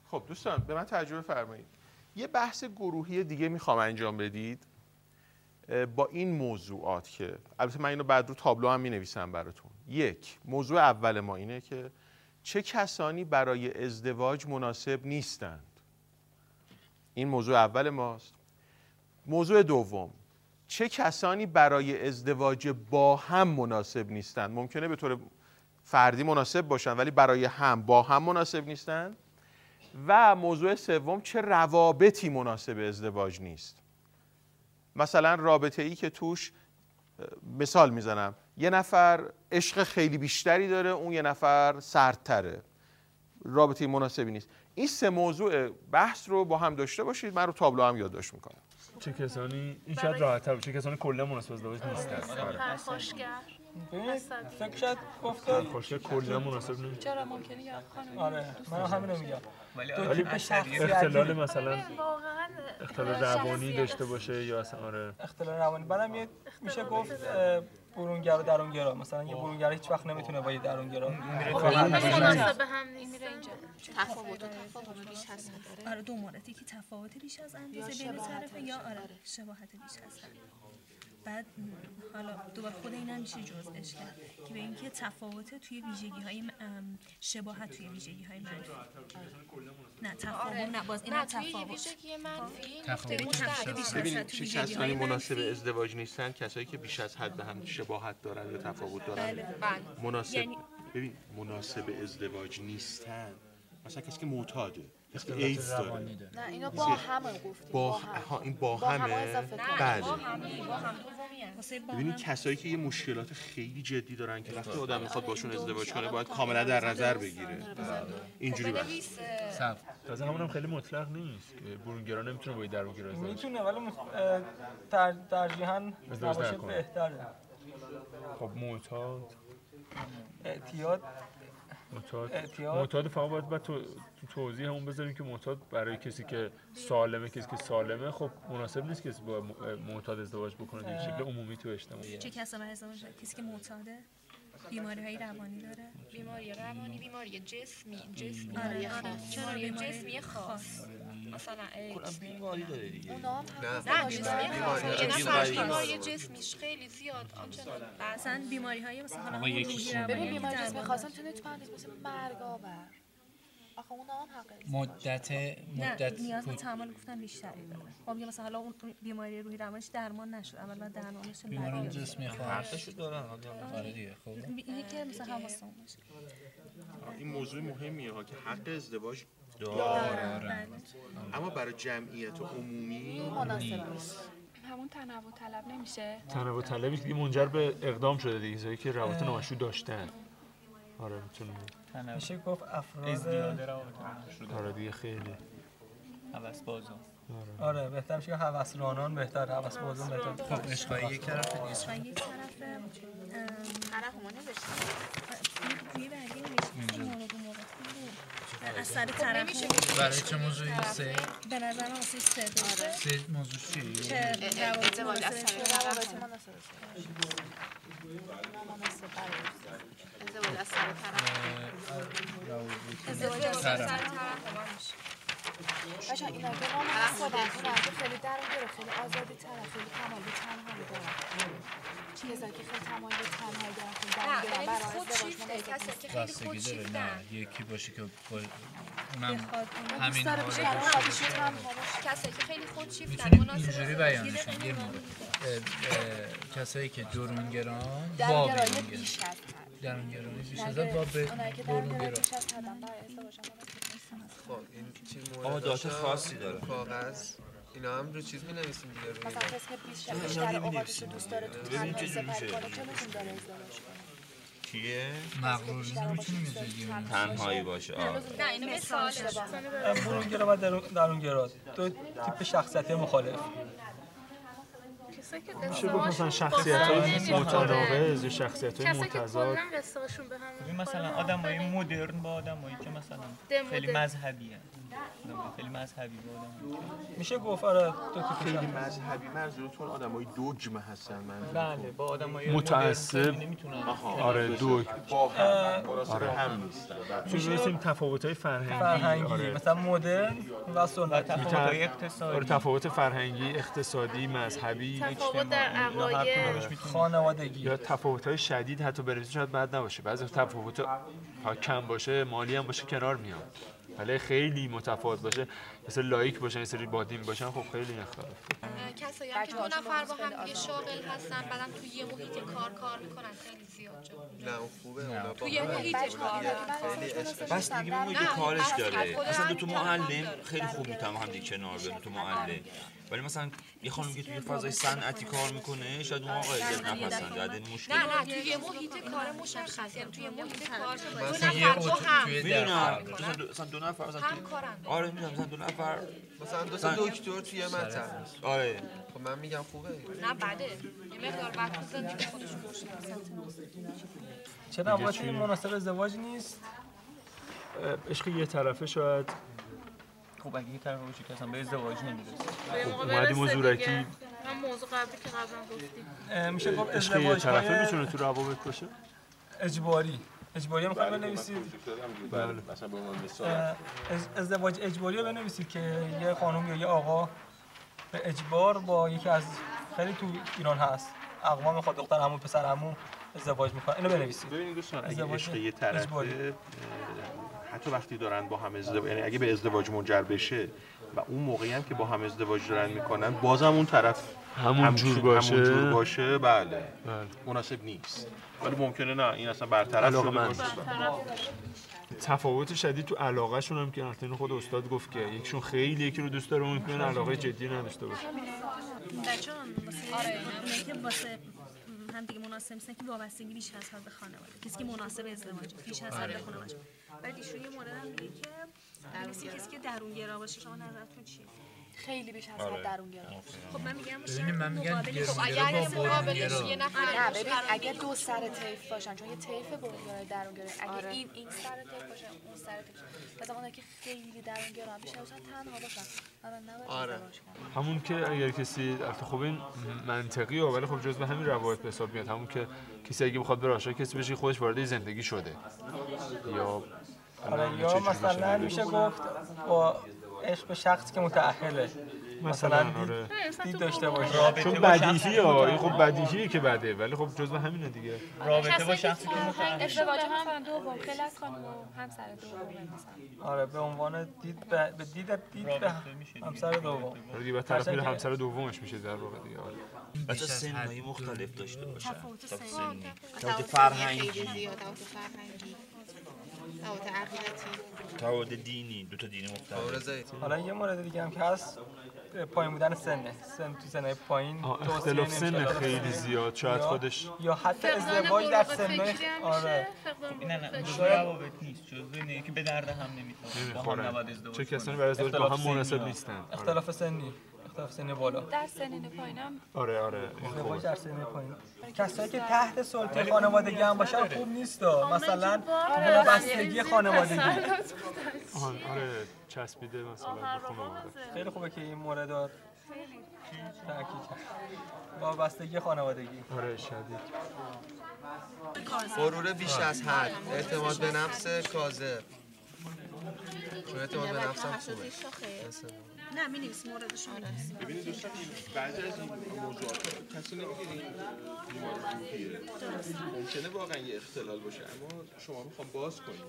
خب دوستان به من تجربه فرمایید. یه بحث گروهی دیگه میخوام انجام بدید با این موضوعات که البته من اینو بعد رو تابلو هم مینویسم براتون. یک، موضوع اول ما اینه که چه کسانی برای ازدواج مناسب نیستند. این موضوع اول ماست. موضوع دوم، چه کسانی برای ازدواج با هم مناسب نیستند. ممکنه به طور فردی مناسب باشن ولی برای هم با هم مناسب نیستند. و موضوع سوم، چه روابطی مناسب ازدواج نیست. مثلا رابطه ای که توش، مثال میزنم، یه نفر عشق خیلی بیشتری داره، اون یه نفر سردتره، رابطه مناسبی نیست. این سه موضوع بحث رو با هم داشته باشید. من رو تابلو هم یادداشت میکنم. چه کسانی این شاید راحت‌تر باشه، چه کسانی کلا مناسب ازدواج نیستن. پرخاشگر فکر شد گفتم خوشگل کلا مناسب نیست. چرا ممکنه یا خانم؟ آره من همین میگم. ولی اختلال مثلا اختلال روانی داشته باشه یا اصلا آره اختلال روانی. بعدم یه میشه گفت برونگرا درونگرا. مثلا یه برونگرا هیچ وقت نمیتونه با یه درونگرا مناسب هم نیست. میره اینجا تفاوت بیش هست. آره دو مورد، یکی تفاوت بیش از اندازه بین طرفین یا آره شباهت بیش از اندازه. بعد حالا دوباره خود این هم میشه جزئش کرد که به اینکه تفاوت توی ویژگی‌های شباهت توی ویژگی‌های منفی. نه تفاوت نه باز این تفاوت. ویژگی منفی ببینید چه کسانی مناسب ازدواج نیستن؟ کسایی که بیش از حد به هم شباهت دارن یا تفاوت دارن. مناسب ببین مناسب ازدواج نیستن. مثلا کسی که معتاده، کسی که ایدز داره. نه اینا با همه گفتیم. این با همه. بله. ببینید کسایی که یه مشکلات خیلی جدی دارن که وقتی آدم میخواد باشون ازدواج کنه باید کاملا در نظر بگیره. اینجوری بس. تازه همونم خیلی مطلق نیست که برونگرا نمیتونه با درونگرا ازدواج میتونه ولی ترجیحاً باشه بهتره. خب معتاد معتاد فقط باید تو توضیح همون بذاریم که معتاد برای کسی که سالمه، کسی که سالمه خب مناسب نیست کسی با معتاد ازدواج بکنه به شکل عمومی تو اجتماع. چه کسی برای ازدواج؟ کسی که معتاده، بیماری‌های روانی داره، بیماری روانی، بیماری جسمی بیماری جسمی خاص. مثلا کلا بیماری داره دیگه. اونا هم بیماری جسمیش خیلی زیاد آنچنان. مثلا بیماری‌های مثلا ببین بیماری جسمی خاص میتونه تو پرانتز مثل مرگ آور. آخه اونا هم مدت نیاز به تحمل گفتن بیشتری داره. خب میگم مثلا حالا اون بیماری روحی روانیش درمان نشد، اول بعد درمانش بیماری جسمی خاص دارن آره دیگه. خب اینی که مثلا حواسمون باشه. این موضوع مهمیه ها که حق ازدواج داره. اما برای جمعیت عمومی مناسب نیست. همون تنوع طلب نمیشه. تنوع طلبی که منجر به اقدام شده دیگه، چیزایی که روابط نامشروع داشتن. آره میتونه میشه گفت افراد ازدیاد روابط آره دیگه خیلی هوس بازان. آره بهتر میشه که هوسرانان بهتر، هوس بازان بهتر. خب عشقای یک طرفه نیست. طرف ما نوشتیم توی برگه نوشتیم از سر طرف برای چه موضوعی؟ سه؟ به نظر من واسه سه موضوع چیه؟ که ازدواج از طریق مناسب ازدواج از سر طرف ازدواج از سر طرف باشن اینا که ما خودن که خیلی درونگرا، خیلی آزادی تر، خیلی تمایل تنهایی دارن. چیزایی که خیلی تمایل تنهایی دارن، خیلی درونگرا برای ازدواج کسی که خیلی خودشیفتن. یکی باشه که اونم همین کسی که خیلی خودشیفتن میتونیم اینجوری بیانش کنیم. یه مورد کسایی که درونگران با درونگرایی بیش از حد با برونگرا. خب این چی مورد خاصی داره. کاغذ اینا هم رو چیز می‌نویسیم دیگه روی مثلا کسی که بیشتر اوقاتش دوست داره تو تنهایی سپری کنه چه میتونه داره ازدواج کنه. کیه؟ مغروری نمیتونیم یه تنهایی باشه. نه اینو مثال برونگرا و درونگرا دو تیپ شخصیت مخالف. میشه گفت مثلا شخصیت‌های متناقض یا شخصیت‌های متضاد. قصه‌شون به هم مثلا آدمای مدرن با آدمایی که مثلا خیلی مذهبی هستن. خیلی مذهبی بودم. میشه گفت آره دو تا خیلی مذهبی منظورتون آدمای دوجم هستن منظورتون؟ بله با آدمای متعصب نمیتونن. آره دو با هم نیستن. چون می‌رسیم تفاوت‌های فرهنگی مثلا مدرن و سنتی، تفاوت‌های اقتصادی، آره تفاوت فرهنگی، اقتصادی، مذهبی، تفاوت در عقاید، خانوادگی یا تفاوت‌های شدید حتی بروزی شاید بد نباشه. بعضی تفاوت کم باشه، مالی هم باشه کنار میاد. ولی خیلی متفاوت باشه، مثلا لایک باشن، یه سری بادین باشن، خب خیلی اختلاف. کسایی هم که دو نفر با هم دیگه شاغل هستن بعدم توی یه محیط کار میکنن خیلی زیاد جا. نه اون خوبه. توی یه محیط کار بس دیگه به محیط کارش داره. مثلا دو تا معلم خیلی خوب میتونن هم دیگه کنار بیان، دو تا معلم. ولی مثلا یه خانم که توی فضای صنعتی کار میکنه شاید اون آقا اجازه نپسنده، بعد این مشکل. نه توی یه محیط کار مشخص، یعنی توی محیط کار دو نفر با هم مثلا دو نفر مثلا هم کارن. آره میدونم مثلا دو نفر مثلا دکتر توی مطب. آره خب من میگم خوبه. نه بده. یه مقدار وقت بزن که خودشون باشه. چرا واسه مناسب ازدواج نیست؟ عشق یه طرفه شاید. خب اگه یه طرف باشه که اصلا به ازدواج نمیرسه. اومدیم زورکی. هم موضوع قبلی که قبلا گفتیم. میشه گفت عشق یه طرفه میتونه تو روابط باشه؟ اجباری هم میخوایم بنویسید. بله مثلا به عنوان مثال ازدواج اجباری رو بنویسید که یه خانم یا یه آقا به اجبار با یکی از خیلی تو ایران هست اقوام میخواد دختر عمو پسر عمو ازدواج میکنه. اینو بنویسید. ببینید دوستان اگه عشق یه طرفه حتی وقتی دارن با هم ازدواج، یعنی اگه به ازدواج منجر بشه و اون موقعی هم که با هم ازدواج دارن میکنن بازم اون طرف همون جور باشه بله مناسب نیست. ولی ممکنه نه این اصلا برطرف شده باشه. تفاوت شدید تو علاقه شون هم که البته خود استاد گفت که یکیشون خیلی یکی رو دوست داره ممکنه علاقه جدی نداشته باشه. بچه‌ها واسه که واسه هم دیگه مناسب نیستن که وابستگی بیش از حد به خانواده. کسی که مناسب ازدواجه بیش از حد به خانواده. بعد ایشون یه مورد هم میگه که کسی که درونگرا باشه. شما نظرتون چیه؟ خیلی بیش از حد درونگرا. خب من میگم من میگم خب اگر مقابلش یه نفر نه ببین اگه دو سر طیف باشن چون یه طیف برونگرا درونگرا اگه این سر طیف باشه اون سر طیف مثلا اونایی که خیلی درونگرا بیشتر از تنها باشن من نباید ازدواج کنم. همون که اگر کسی البته خب این منطقیه ولی خب جزء همین روابط به حساب میاد. همون که کسی اگه بخواد بره عاشق کسی بشه خودش وارد زندگی شده یا مثلا میشه گفت با عشق به شخصی که متأهله مثلا دید داشته باشه. چون بدیهیه این خب بدیهیه که بده ولی خب جزء همینه دیگه. رابطه با شخصی که متأهل ازدواج هم دوم خیلی از خانم و همسر دوم مثلا آره به عنوان دید به همسر دوم. آره دیگه طرف میره همسر دومش میشه در واقع دیگه. آره بچه سن‌های مختلف داشته باشه. تفاوت فرهنگی تفاوت عقیدتی تفاوت دینی دو تا دین مختلف. حالا یه مورد دیگه هم که هست پایین بودن سن تو سنهای پایین اختلاف سن خیلی زیاد شاید خودش یا حتی ازدواج در سنهای آره نه جزء روابط نیست جزء اینه که به درد هم نمیخوره. چه کسانی برای ازدواج با هم مناسب نیستن. اختلاف سنی بالا در سنین پایینم آره ازدواج در سن پایین کسایی که تحت سلطه خانوادگی هم باشن خوب نیست مثلا وابستگی خانوادگی آره چسبیده مثلا به خانواده. خیلی خوبه که این مورد رو تاکید کرد. وابستگی خانوادگی آره شدید. غرور بیش از حد، اعتماد به نفس کاذب. چون اعتماد به نفس هم خوبه. نه می‌نویسیم موردشون ببینید دوستان بعضی از این موضوعات کسی نمیگه این بیماری روحیه ممکنه واقعا یه اختلال باشه اما شما میخوام باز کنید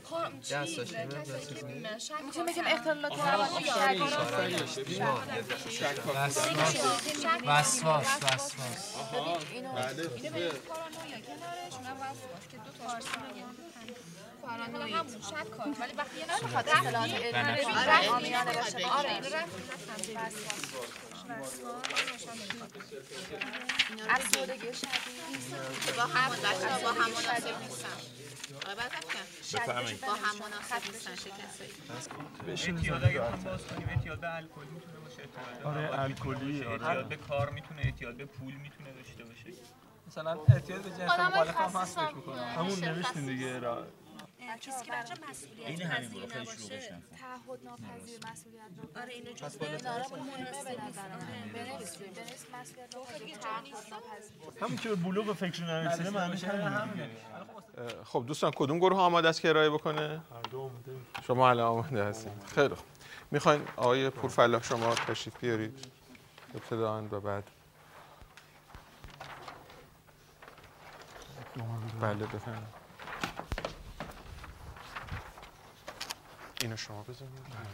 میتونیم بگیم اختلالات وسواس اینو به پارانویا کنارشون هم وسواس که دو تا پارانویا همون شک کن ولی وقتی یه نمیخواد اختلالات افسردگی شدید با هم مناسب نیستن. بفرمایید با هم مناسب نیستن شکستایی. اعتیاد اگه هم باز کنیم اعتیاد به الکل میتونه باشه. آره الکلی اعتیاد به کار میتونه اعتیاد به پول میتونه داشته باشه. مثلا اعتیاد به جنس مخالف هم هست فکر می‌کنم. همون نوشتیم دیگه کسی که بچه مسئولیت پذیر نباشه، تعهد ناپذیر، مسئولیت ناپذیر. آره اینو جزء مناسب همون که بلوغ فکر نرسیده معنیش همینه. خب دوستان کدوم گروه آماده است که ارائه بکنه؟ شما الان آماده هستید. خیلی خوب. میخواین آقای پورفلاح شما تشریف بیارید ابتداً و بعد بله بفرمایید. اینو شما بزنید.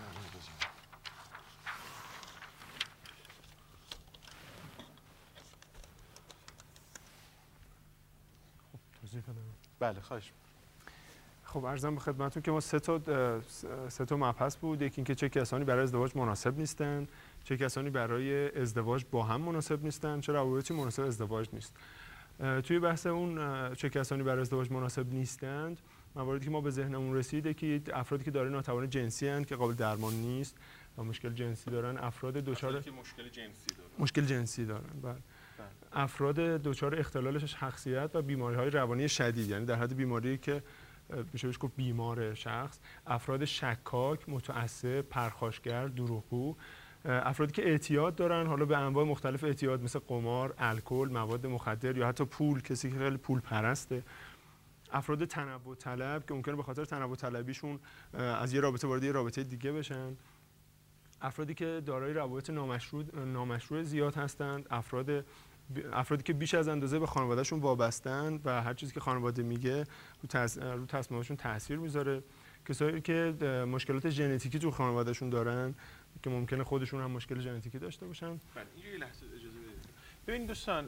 بله خواهش. خب عرضم به خدمتتون که ما سه تا مبحث بود. یکی اینکه چه کسانی برای ازدواج مناسب نیستن، چه کسانی برای ازدواج با هم مناسب نیستن، چه روابطی مناسب ازدواج نیست. توی بحث اون چه کسانی برای ازدواج مناسب نیستند، مواردی که ما به ذهنمون رسیده که افرادی که دارای ناتوانی جنسی هستند که قابل درمان نیست و مشکل جنسی دارن، افراد دچار مشکل جنسی دارن، بله. افراد دچار اختلال شخصیت و بیماری‌های روانی شدید، یعنی در حد بیماری که میشه بهش گفت بیمار شخص، افراد شکاک، متعصب، پرخاشگر، دروغگو، افرادی که اعتیاد دارن، حالا به انواع مختلف اعتیاد مثل قمار، الکل، مواد مخدر یا حتی پول، کسی که خیلی پول پرسته، افراد تنوع طلب که ممکنه به خاطر تنوع طلبیشون از یه رابطه وارد یه رابطه دیگه بشن، افرادی که دارای روابط نامشروع زیاد هستند، افرادی که بیش از اندازه به خانوادهشون وابستن و هر چیزی که خانواده میگه رو تصمیمشون تاثیر میذاره، کسایی که مشکلات ژنتیکی تو خانوادهشون دارن که ممکنه خودشون هم مشکل ژنتیکی داشته باشن. بله اینجا یه لحظه اجازه بدید. ببین دوستان،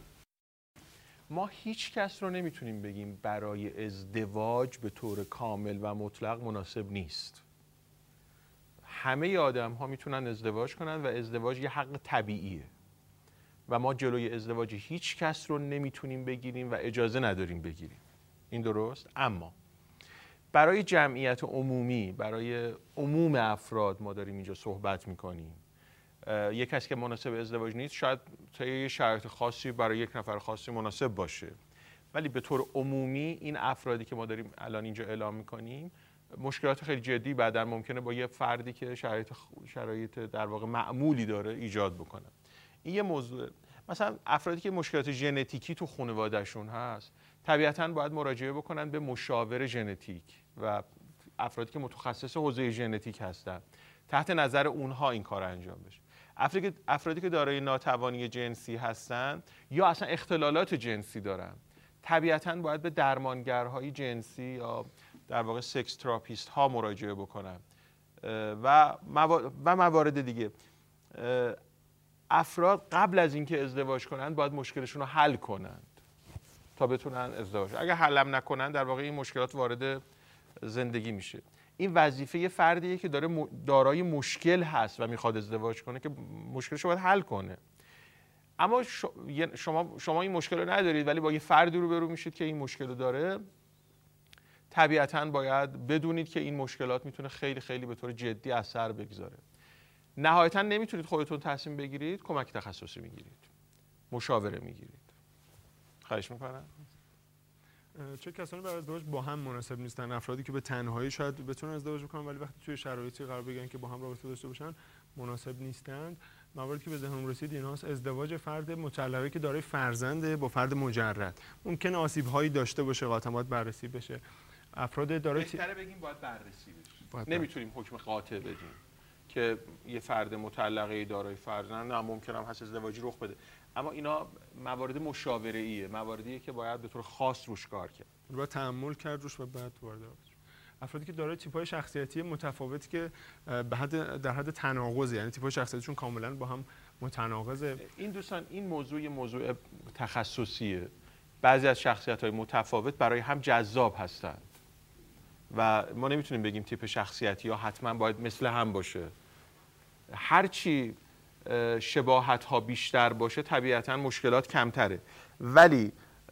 ما هیچ کس رو نمیتونیم بگیم برای ازدواج به طور کامل و مطلق مناسب نیست. همه آدم ها میتونن ازدواج کنن و ازدواج یه حق طبیعیه و ما جلوی ازدواج هیچ کس رو نمیتونیم بگیریم و اجازه نداریم بگیریم. این درست؟ اما برای جمعیت عمومی، برای عموم افراد ما داریم اینجا صحبت میکنیم. یک کسی که مناسب ازدواج نیست شاید تا یه شرایط خاصی برای یک نفر خاصی مناسب باشه، ولی به طور عمومی این افرادی که ما داریم الان اینجا اعلام میکنیم مشکلات خیلی جدی بعداً ممکنه با یه فردی که شرایط در واقع معمولی داره ایجاد بکنه. این یه موضوع. مثلا افرادی که مشکلات ژنتیکی تو خانواده‌شون هست طبیعتاً باید مراجعه بکنن به مشاور ژنتیک و افرادی که متخصص حوزه ژنتیک هستن، تحت نظر اونها این کار انجام بشه. افرادی که دارای ناتوانی جنسی هستن یا اصلا اختلالات جنسی دارن طبیعتاً باید به درمانگرهای جنسی یا در واقع سکس تراپیست ها مراجعه بکنن و موارد دیگه. افراد قبل از اینکه ازدواج کنند باید مشکلشون رو حل کنند تا بتونن ازدواج. اگر حلم نکنن در واقع این مشکلات وارد زندگی میشه. این وظیفه فردیه که دارای مشکل هست و میخواد ازدواج کنه که مشکلش رو باید حل کنه. اما شما این مشکل رو ندارید ولی با یه فردی روبرو میشید که این مشکل رو داره، طبیعتاً باید بدونید که این مشکلات میتونه خیلی خیلی به طور جدی اثر بگذاره. نهایتاً نمیتونید خودتون تصمیم بگیرید، کمک تخصصی میگیرید، مشاوره میگیرید. خواهش میکنم. چه کسانی برای ازدواج با هم مناسب نیستن؟ افرادی که به تنهایی شاید بتونن ازدواج بکنن ولی وقتی توی شرایطی قرار بگیرن که با هم رابطه داشته باشن مناسب نیستند. مواردی که به ذهنم رسید ایناست: ازدواج فرد مطلقه که دارای فرزنده با فرد مجرد، ممکنه آسیب‌هایی داشته باشه، قاطع باید بررسی بشه. افراد دارای بهتره بگیم باید بررسی بشه. نمیتونیم حکم قاطع بدیم که یه فرد مطلقه دارای فرزند نه ممکنه هم هست ازدواجی رخ بده، اما اینا موارد مشاوره‌ایه، مواردیه که باید به طور خاص روش کار کرد. باید تأمل کرد روش و بعد وارد بشه. افرادی که دارای تیپ‌های شخصیتی متفاوتی که در حد تناقض، یعنی تیپ‌های شخصیتیشون کاملا با هم متناقضه. این دوستان این موضوع تخصصیه. بعضی از شخصیت‌های متفاوت برای هم جذاب هستند و ما نمیتونیم بگیم تیپ شخصیتی یا حتما باید مثل هم باشه. هرچی شباهت‌ها بیشتر باشه طبیعتاً مشکلات کمتره، ولی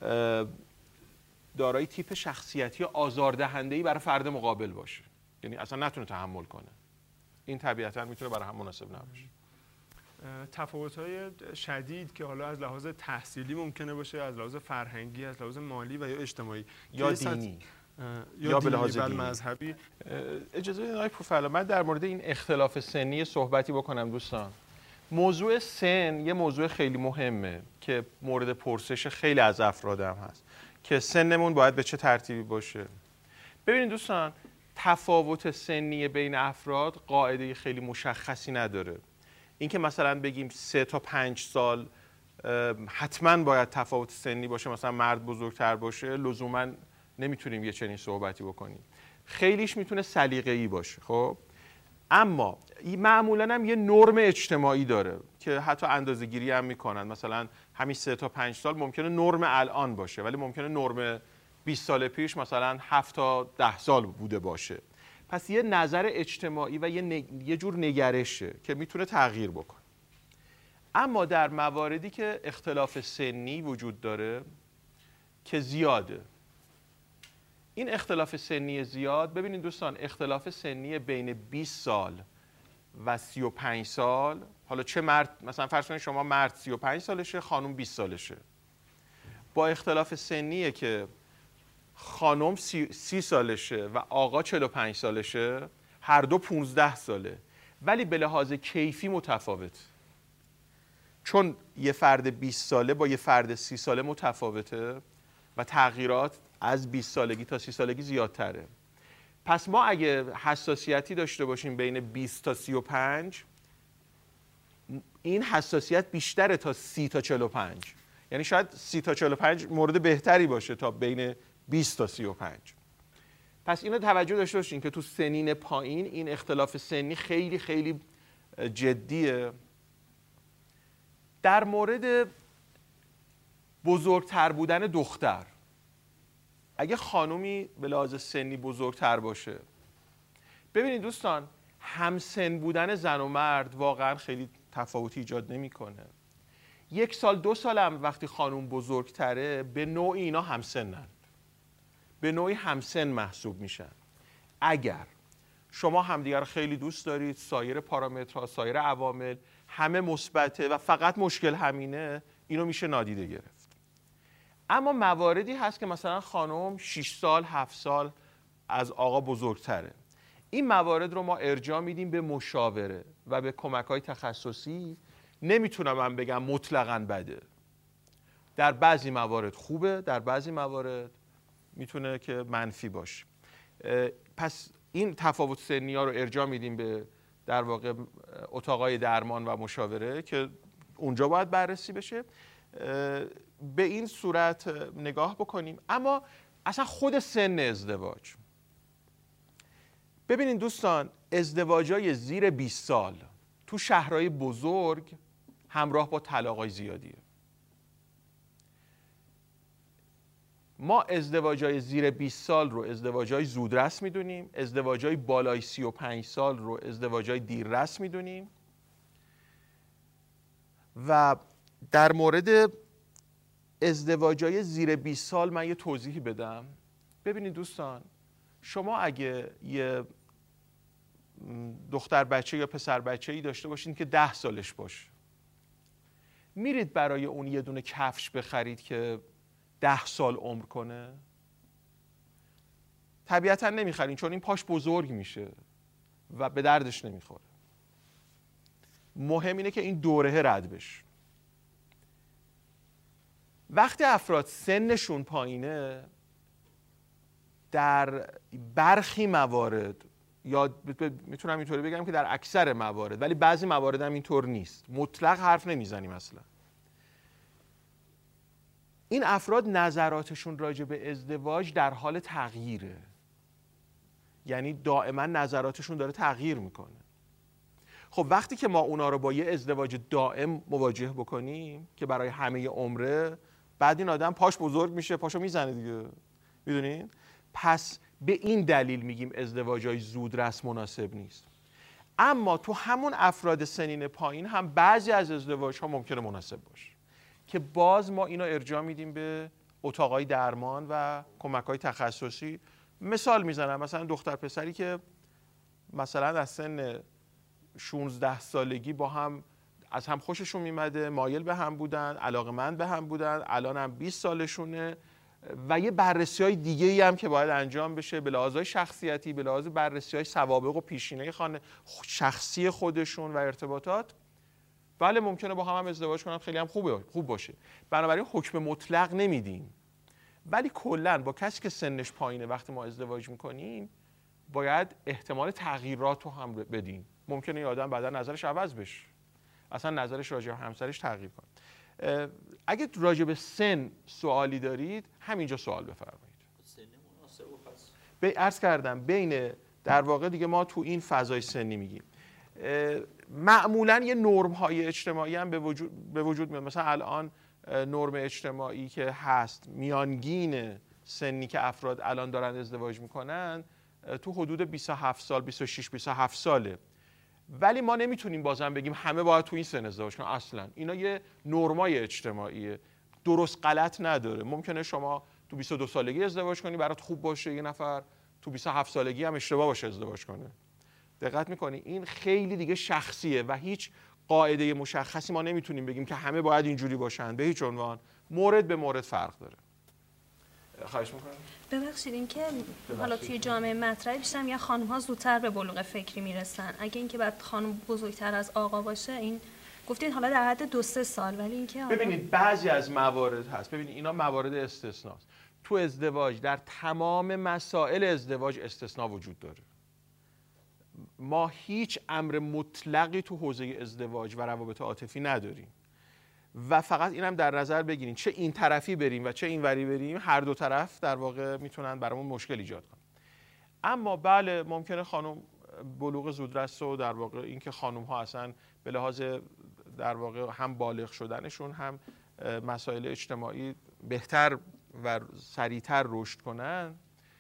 دارای تیپ شخصیتی آزاردهنده‌ای برای فرد مقابل باشه، یعنی اصلا نتونه تحمل کنه، این طبیعتاً میتونه برای هم مناسب نباشه. تفاوت‌های شدید که حالا از لحاظ تحصیلی ممکنه باشه، از لحاظ فرهنگی، از لحاظ مالی و یا اجتماعی یا دینی. یا به لحاظ دینی مذهبی. اجازه بدید آقای پروفسور من در مورد این اختلاف سنی صحبتی بکنم دوستان. موضوع سن یه موضوع خیلی مهمه که مورد پرسش خیلی از افراد هم هست که سنمون باید به چه ترتیبی باشه. ببینید دوستان، تفاوت سنی بین افراد قاعده خیلی مشخصی نداره. اینکه مثلا بگیم 3 تا 5 سال حتما باید تفاوت سنی باشه، مثلا مرد بزرگتر باشه، لزوما نمیتونیم یه چنین صحبتی بکنیم. خیلیش میتونه سلیقه‌ای باشه. خب اما معمولا هم یه نرم اجتماعی داره که حتی اندازه‌گیری هم میکنن. مثلا همین 3 تا 5 سال ممکنه نرم الان باشه، ولی ممکنه نرم 20 سال پیش مثلا 7 تا 10 سال بوده باشه. پس یه نظر اجتماعی و یه جور نگرشه که میتونه تغییر بکنه. اما در مواردی که اختلاف سنی وجود داره که زیاده، این اختلاف سنی زیاد، ببینید دوستان، اختلاف سنی بین 20 سال و 35 سال، حالا چه مرد، مثلا فرض کنید شما مرد 35 سالشه، خانم 20 سالشه، با اختلاف سنیه که خانم 30 سالشه و آقا 45 سالشه، هر دو 15 ساله، ولی به لحاظ کیفی متفاوت. چون یه فرد 20 ساله با یه فرد 30 ساله متفاوته و تغییرات از 20 سالگی تا 30 سالگی زیادتره. پس ما اگه حساسیتی داشته باشیم بین 20 تا 35، این حساسیت بیشتره تا 30 تا 45. یعنی شاید 30 تا 45 مورد بهتری باشه تا بین 20 تا 35. پس اینو توجه داشته باشین که تو سنین پایین این اختلاف سنی خیلی خیلی جدیه. در مورد بزرگتر بودن دختر، اگه خانومی به لحاظ سنی بزرگتر باشه، ببینید دوستان، همسن بودن زن و مرد واقعا خیلی تفاوتی ایجاد نمیکنه. 1 سال 2 سال هم وقتی خانوم بزرگتره، به نوعی اینا همسنن، به نوعی همسن محسوب میشن. اگر شما همدیگر رو خیلی دوست دارید، سایر پارامترها، سایر عوامل همه مثبته و فقط مشکل همینه، اینو میشه نادیده گرفت. اما مواردی هست که مثلا خانم 6 سال 7 سال از آقا بزرگتره. این موارد رو ما ارجاع میدیم به مشاوره و به کمک‌های تخصصی. نمیتونم من بگم مطلقاً بده. در بعضی موارد خوبه، در بعضی موارد میتونه که منفی باشه. پس این تفاوت سنی ها رو ارجاع میدیم به در واقع اتاقای درمان و مشاوره که اونجا باید بررسی بشه. به این صورت نگاه بکنیم. اما اصلا خود سن ازدواج، ببینید دوستان، ازدواجای زیر 20 سال تو شهرهای بزرگ همراه با طلاقای زیادیه. ما ازدواجای زیر 20 سال رو ازدواجای زودرس میدونیم، ازدواجای بالای 35 سال رو ازدواجای دیررس میدونیم. و در مورد ازدواجای زیر 20 سال من یه توضیحی بدم. ببینید دوستان، شما اگه یه دختر بچه یا پسر بچه‌ای داشته باشین که 10 سالش باشه، میرید برای اون یه دونه کفش بخرید که 10 سال عمر کنه؟ طبیعتا نمیخرین، چون این پاش بزرگ میشه و به دردش نمیخوره. مهم اینه که این دورهه رد بشه. وقتی افراد سنشون پایینه، در برخی موارد، یا میتونم اینطوری بگم که در اکثر موارد، ولی بعضی موارد هم اینطور نیست، مطلق حرف نمیزنیم اصلا، این افراد نظراتشون راجع به ازدواج در حال تغییره. یعنی دائما نظراتشون داره تغییر میکنه. خب وقتی که ما اونا رو با یه ازدواج دائم مواجه بکنیم که برای همه عمره، بعد این آدم پاش بزرگ میشه، پاشو میزنه دیگه، میدونین؟ پس به این دلیل میگیم ازدواجای زودرس مناسب نیست. اما تو همون افراد سنین پایین هم بعضی از ازدواج‌ها ممکنه مناسب باشه که باز ما اینو ارجاع میدیم به اتاقای درمان و کمک‌های تخصصی. مثال میزنم، مثلا دختر پسری که مثلا از سن 16 سالگی با هم از هم خوششون میمده، مایل به هم بودن، علاقمند به هم بودن، الان هم 20 سالشونه، و یه بررسی‌های دیگه‌ای هم که باید انجام بشه به لحاظ شخصیتی، به لحاظ بررسی‌های سوابق و پیشینه شخصی خودشون و ارتباطات. بله ممکنه با هم ازدواج کنن، خیلی هم خوب باشه. بنابراین حکم مطلق نمیدیم. ولی کلاً با کسی که سنش پایینه وقتی ما ازدواج میکنیم باید احتمال تغییرات رو هم بدیم. ممکنه یه آدم بعدا نظرش عوض بشه، اصلا نظرش راجع به همسرش تغییر کنه. اگه راجع به سن سوالی دارید همینجا سوال بفرمایید. سن مناسب و عرض کردم بین در واقع دیگه ما تو این فضای سنی میگیم معمولاً یه نرم‌های اجتماعی هم به وجود میاد. مثلا الان نرم اجتماعی که هست میانگین سنی که افراد الان دارن ازدواج میکنن تو حدود 27 سال 26 27 ساله. ولی ما نمیتونیم بازم بگیم همه باید تو این سن ازدواج کنن. اصلا اینا یه نرمای اجتماعیه، درست غلط نداره. ممکنه شما تو 22 سالگی ازدواج کنی برات خوب باشه، یه نفر تو 27 سالگی هم اشتباه باشه ازدواج کنه. دقت میکنی؟ این خیلی دیگه شخصیه و هیچ قاعده مشخصی ما نمیتونیم بگیم که همه باید اینجوری باشن. به هیچ عنوان، مورد به مورد فرق داره. خواهش میکنم. ببخشید اینکه حالا توی جامعه مطرح بیشتر میگن خانم‌ها زودتر به بلوغ فکری میرسن. اگه اینکه بعد خانم بزرگتر از آقا باشه، این گفتید حالا در حد 2-3 سال، ولی اینکه ببینید بعضی از موارد هست. ببینید اینا موارد استثناست. تو ازدواج در تمام مسائل ازدواج استثناء وجود داره. ما هیچ امر مطلقی تو حوزه ازدواج و روابط عاطفی نداریم و فقط اینم در نظر بگیرین چه این طرفی بریم و چه این وری بریم، هر دو طرف در واقع میتونن برامون مشکل ایجاد کنن. اما بله ممکنه خانم بلوغ زودرس و در واقع اینکه خانم ها اصلا به لحاظ در واقع هم بالغ شدنشون هم مسائل اجتماعی بهتر و سریعتر رشد کنن،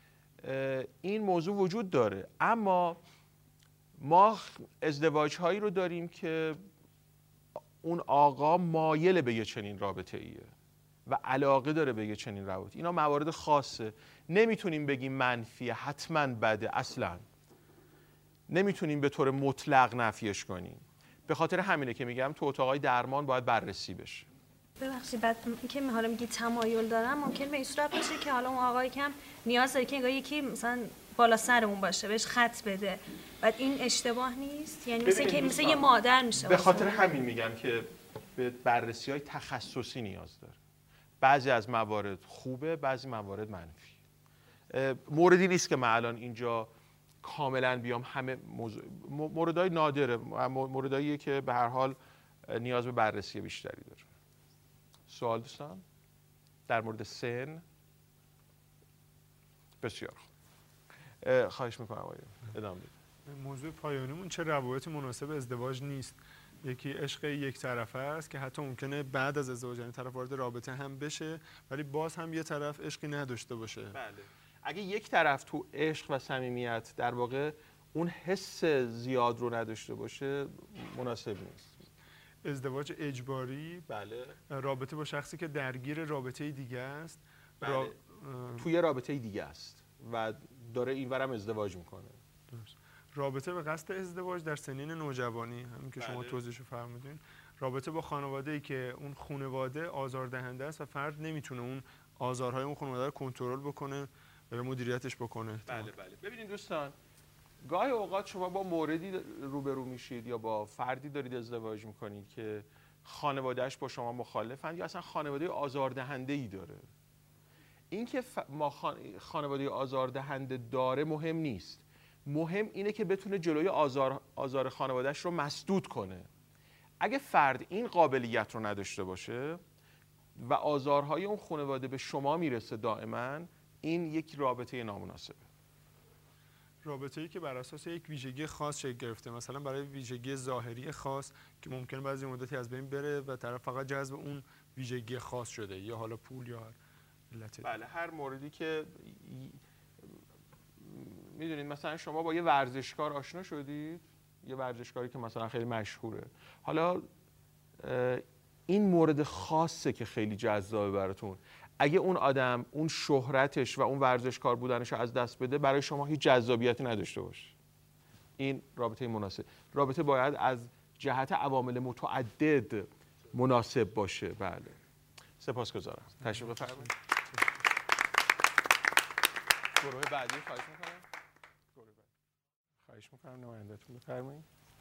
این موضوع وجود داره. اما ما ازدواج هایی رو داریم که اون آقا مایل به یه چنین رابطه ایه و علاقه داره به یه چنین رابطه. اینا موارد خاصه، نمیتونیم بگیم منفیه، حتما بده، اصلا نمیتونیم به طور مطلق نفیش کنیم. به خاطر همینه که میگم تو اتاقای درمان باید بررسی بشه. ببخشید بعد که حالا میگی تمایل دارم، ممکن به این صورت باشه که حالا اون آقایی که هم نیاز داره که یکی مثلا بالا سرمون باشه بهش خط بده، بعد این اشتباه نیست؟ یعنی مثل یه مادر میشه. به خاطر همین میگم که به بررسی‌های تخصصی نیاز داره. بعضی از موارد خوبه، بعضی موارد منفی. موردی نیست که من الان اینجا کاملا بیام همه موردهای نادره، موردهاییه که به هر حال نیاز به بررسی بیشتری داره. سوال دوستان در مورد سن؟ بسیار خوب، خواهش میکنم آقای ادامه بدید. موضوع پایانیمون چه روابطی مناسب ازدواج نیست. یکی عشق یک طرفه است که حتی ممکنه بعد از ازدواج این طرف وارد رابطه هم بشه ولی باز هم یه طرف عشقی نداشته باشه. بله. اگه یک طرف تو عشق و صمیمیت در واقع اون حس زیاد رو نداشته باشه مناسب نیست. ازدواج اجباری، بله، رابطه با شخصی که درگیر رابطه دیگه است، بله. توی رابطه دیگه است و داره اینورم ازدواج میکنه. درست. رابطه به قصد ازدواج در سنین نوجوانی، همین که شما توضیحشو فرمودین. رابطه با خانواده‌ای که اون خانواده آزاردهنده است و فرد نمیتونه اون آزارهای اون خانواده رو کنترل بکنه و مدیریتش بکنه. بله. ببینید دوستان، گاهی اوقات شما با موردی روبرو میشید یا با فردی دارید ازدواج میکنید که خانوادهش با شما مخالفن یا اصلا خانواده آزاردهنده‌ای داره. اینکه خانواده آزاردهنده داره مهم نیست. مهم اینه که بتونه جلوی آزار خانوادهش رو مسدود کنه. اگه فرد این قابلیت رو نداشته باشه و آزارهای اون خانواده به شما میرسه دائما، این یک رابطه نامناسبه. رابطه‌ای که بر اساس یک ویژگی خاص شکل گرفته، مثلا برای ویژگی ظاهری خاص که ممکن بعضی مدتی از بین بره و طرف فقط جذب اون ویژگی خاص شده، یا حالا پول یا علت. بله، هر موردی که میدونید مثلا شما با یه ورزشکار آشنا شدید، یه ورزشکاری که مثلا خیلی مشهوره، حالا این مورد خاصه که خیلی جذابه براتون. اگه اون آدم اون شهرتش و اون ورزشکار بودنش رو از دست بده، برای شما هیچ جذابیتی نداشته باشه. این رابطه مناسب. رابطه باید از جهت عوامل متعدد مناسب باشه. بله. سپاسگزارم. تشریف بفرمایید. گروه بعدی خواهش میکنم. خواهش میکنم نماینده‌تون بفرمایید.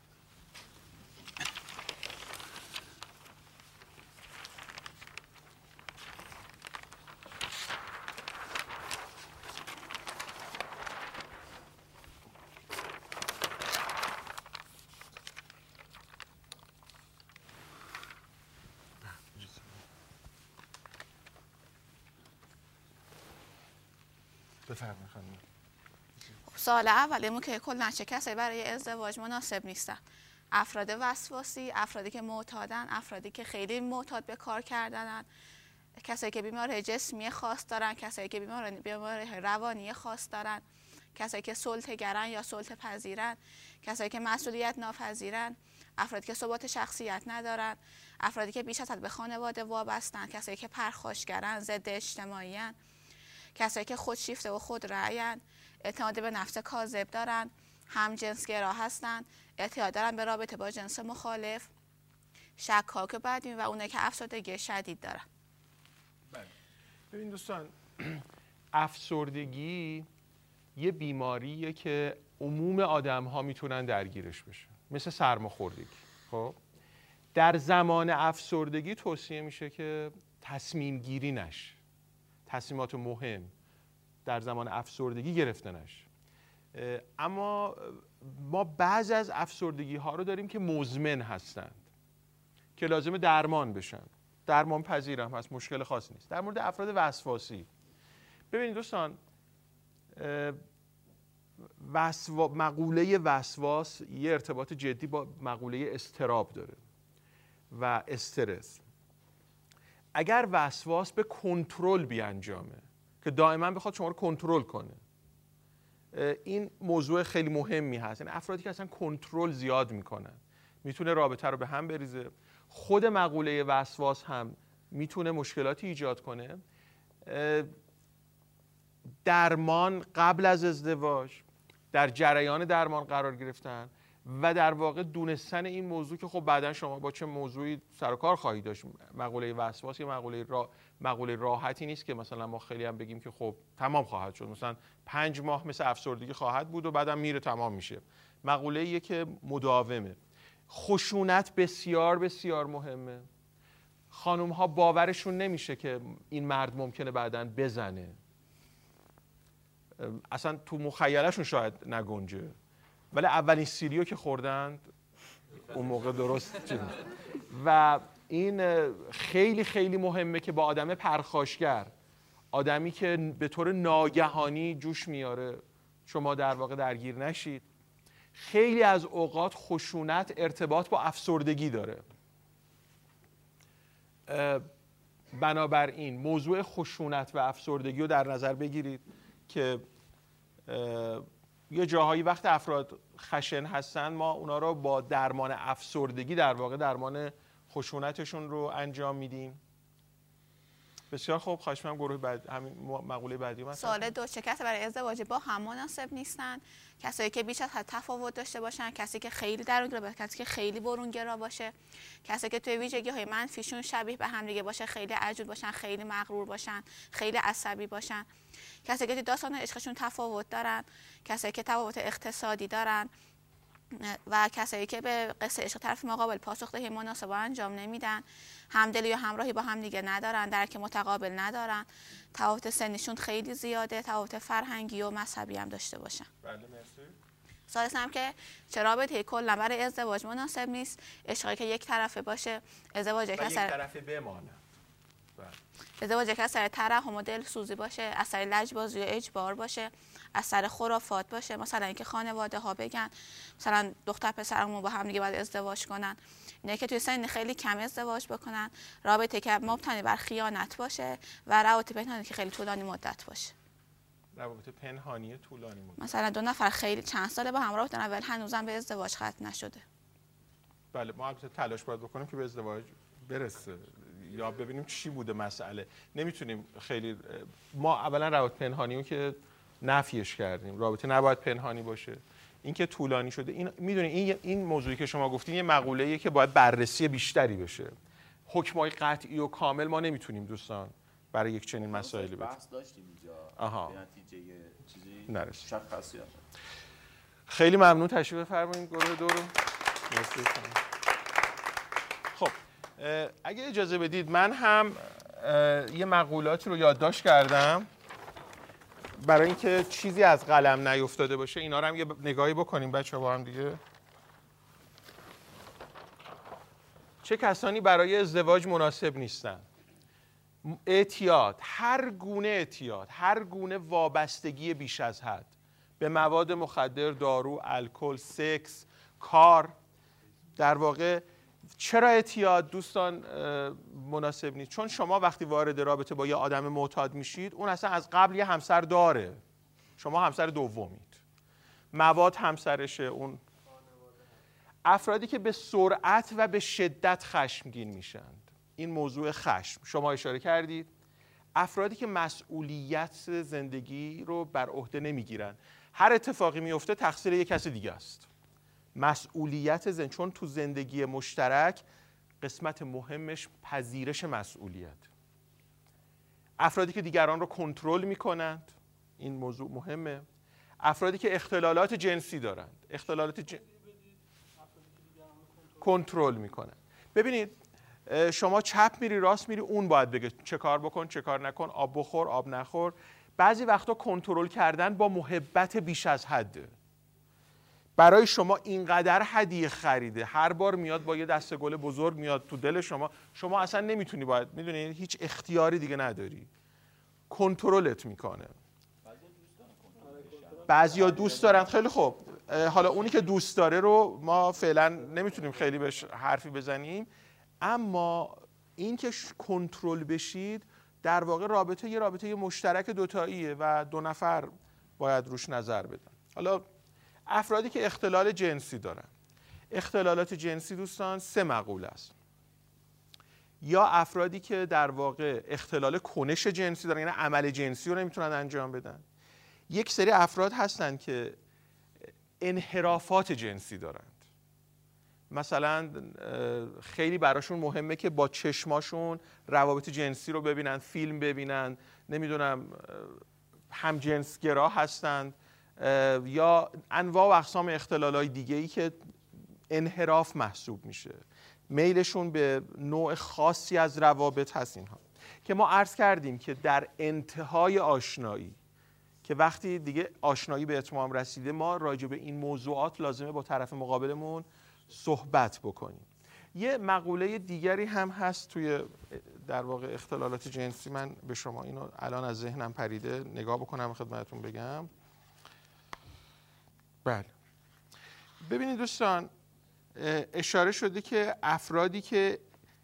بفرمایید خانم. سوال اولیمون که کلا چه کسایی برای ازدواج مناسب نیستن؟ افراد وسواسی، افرادی که معتادن، افرادی که خیلی معتاد به کار کردنن، کسایی که بیماری جسمی خاص دارن، کسایی که بیماری روانی خاص دارن، کسایی که سلطه‌گرن یا سلطه پذیرن، کسایی که مسئولیت ناپذیرن، افرادی که ثبات شخصیت ندارن، افرادی که بیش از حد به خانواده وابستن، کسایی که پرخاشگرن، ضد اجتماعی‌ان، کسایی که خودشیفته و خودرأی‌اند، اعتماد به نفس کاذب دارن، همجنسگرا هستن، اعتیاد دارن به رابطه با جنس مخالف، شکاک بدبین و اونایی که افسردگی شدید دارن. ببین دوستان، افسردگی یه بیماریه که عموم آدم‌ها میتونن درگیرش بشن، مثل سرماخوردگی. خب در زمان افسردگی توصیه میشه که تصمیم گیری نشه، تصمیمات مهم در زمان افسردگی گرفته نشه. اما ما بعضی از افسردگی ها رو داریم که مزمن هستند که لازم درمان بشن، درمان پذیر هم هست، مشکل خاصی نیست. در مورد افراد وسواسی، ببینید دوستان، مقوله وسواس یه ارتباط جدی با مقوله اضطراب داره و استرس. اگر وسواس به کنترل بیانجامه که دائما بخواد شما رو کنترل کنه، این موضوع خیلی مهمی هست. یعنی افرادی که اصلا کنترل زیاد میکنن میتونه رابطه رو به هم بریزه. خود مقوله وسواس هم میتونه مشکلاتی ایجاد کنه. درمان قبل از ازدواج، در جریان درمان قرار گرفتن و در واقع دونستن این موضوع که خب بعدا شما با چه موضوعی سر و کار خواهید داشت. مقوله وسواس یه مقوله راحتی نیست که مثلا ما خیلی هم بگیم که خب تمام خواهد شد، مثلا 5 ماه مثل افسردگی خواهد بود و بعدم میره تمام میشه. مقوله ایه که مداومه. خشونت بسیار بسیار مهمه. خانم ها باورشون نمیشه که این مرد ممکنه بعداً بزنه، اصلا تو مخیلشون شاید نگنجه، ولی اولین سیریو که خوردند اون موقع درست چیز. و این خیلی خیلی مهمه که با آدم پرخاشگر، آدمی که به طور ناگهانی جوش میاره، شما در واقع درگیر نشید. خیلی از اوقات خشونت ارتباط با افسردگی داره. بنابراین موضوع خشونت و افسردگی رو در نظر بگیرید که یه جاهایی وقت افراد خشن هستن ما اونا رو با درمان افسردگی در واقع درمان خشونتشون رو انجام میدیم. بسیار خوب، خواهش می‌کنم گروه بعد همین مقوله بعدی مثلا. سوال 2، چه کسایی برای ازدواج با هم مناسب نیستن؟ کسایی که بیش از حد تفاوت داشته باشن، کسی که خیلی درونگرا باشه، کسی که خیلی برونگرا باشه، کسی که توی ویژگی‌های منفیشون شبیه به هم دیگه باشه، خیلی عجول باشن، خیلی مغرور باشن، خیلی عصبی باشن، کسی که داستان عشقشون تفاوت دارن، کسی که تفاوت اقتصادی دارن و کسایی که به قصه عشق طرف مقابل پاسخدهی مناسب انجام نمیدن، همدلی یا همراهی با هم دیگه ندارن، درک متقابل ندارن، تفاوت سنیشون خیلی زیاده، تفاوت فرهنگی و مذهبی هم داشته باشن. بله مرسی. سوال هم که چه رابطه‌ای کلا برای ازدواج مناسب نیست؟ عشقی که یک طرفه باشه، ازدواج یک طرفه بمانه. ازدواج که اثر ترحم و دلسوزی باشه، اثر لجبازی و اجبار باشه، اثر خرافات باشه، مثلا اینکه خانواده ها بگن مثلا دختر پسرمون با هم دیگه باید ازدواج کنن، نه که توی سن خیلی کم ازدواج بکنن، رابطه که مبتنی بر خیانت باشه و روابط پنهانی که خیلی طولانی مدت باشه. روابط پنهانی طولانی مدت، مثلا 2 نفر خیلی چند ساله با هم رابطه دارن ولی هنوزم به ازدواج ختم نشده. بله، ما البته تلاش باید بکنیم که به ازدواج برسه یا ببینیم چی بوده مسئله. نمیتونیم خیلی، ما اولا روابط پنهانی رو که نفیش کردیم، رابطه نباید پنهانی باشه. این که طولانی شده، این میدونید این موضوعی که شما گفتین یه مقوله‌ایه که باید بررسی بیشتری بشه. حکمای قطعی و کامل ما نمیتونیم دوستان برای یک چنین مسائلی بدید. بحث داشتیم اینجا. آها. به نتیجه چیزی نرسید. شخصی. خیلی ممنون، تشریف بفرمایید گروه دو رو. خب اگه اجازه بدید من هم یه مقولاتی رو یادداشت کردم برای اینکه چیزی از قلم نیفتاده باشه. اینا رو هم یه نگاهی بکنیم بچه‌ها با هم دیگه. چه کسانی برای ازدواج مناسب نیستن؟ اعتیاد، هر گونه وابستگی بیش از حد به مواد مخدر، دارو، الکل، سکس، کار. در واقع چرا اعتیاد دوستان مناسب نیست؟ چون شما وقتی وارد رابطه با یه آدم معتاد میشید، اون اصلا از قبل یه همسر داره، شما همسر دومید، مواد همسرشه. اون افرادی که به سرعت و به شدت خشمگین میشند، این موضوع خشم شما اشاره کردید. افرادی که مسئولیت زندگی رو بر عهده نمیگیرن، هر اتفاقی میفته تقصیر یک کس دیگه است. مسئولیت چون تو زندگی مشترک قسمت مهمش پذیرش مسئولیت. افرادی که دیگران رو کنترل میکنند، این موضوع مهمه. افرادی که اختلالات جنسی دارند، کنترل میکنن. ببینید شما چپ میری راست میری، اون باید بگه چه کار بکن چه کار نکن، آب بخور آب نخور. بعضی وقتا کنترل کردن با محبت بیش از حده. برای شما اینقدر هدیه خریده، هر بار میاد با یه دسته گل بزرگ میاد تو دل شما اصلا نمیتونی، باید میدونی هیچ اختیاری دیگه نداری، کنترلت میکنه. بعضیا دوست دارن. خیلی خوب، حالا اونی که دوست داره رو ما فعلا نمیتونیم خیلی بهش حرفی بزنیم، اما این که کنترل بشید در واقع یه رابطه مشترک دوتاییه و دو نفر باید روش نظر بدن. حالا افرادی که اختلال جنسی دارن، اختلالات جنسی دوستان 3 مقوله است. یا افرادی که در واقع اختلال کنش جنسی دارن، یعنی عمل جنسی رو نمیتونن انجام بدن. یک سری افراد هستن که انحرافات جنسی دارند. مثلا خیلی براشون مهمه که با چشماشون روابط جنسی رو ببینن، فیلم ببینن، نمیدونم همجنسگرا هستند، یا انواع و اقسام اختلالای دیگه‌ای که انحراف محسوب میشه. میلشون به نوع خاصی از روابط هست. اینها که ما عرض کردیم که در انتهای آشنایی، که وقتی دیگه آشنایی به اتمام رسیده، ما راجع به این موضوعات لازمه با طرف مقابلمون صحبت بکنیم. یه مقوله دیگری هم هست توی در واقع اختلالات جنسی. من به شما اینو الان از ذهنم پریده، نگاه بکنم خدمتتون بگم. بله، ببینید دوستان، اشاره شده که افرادی که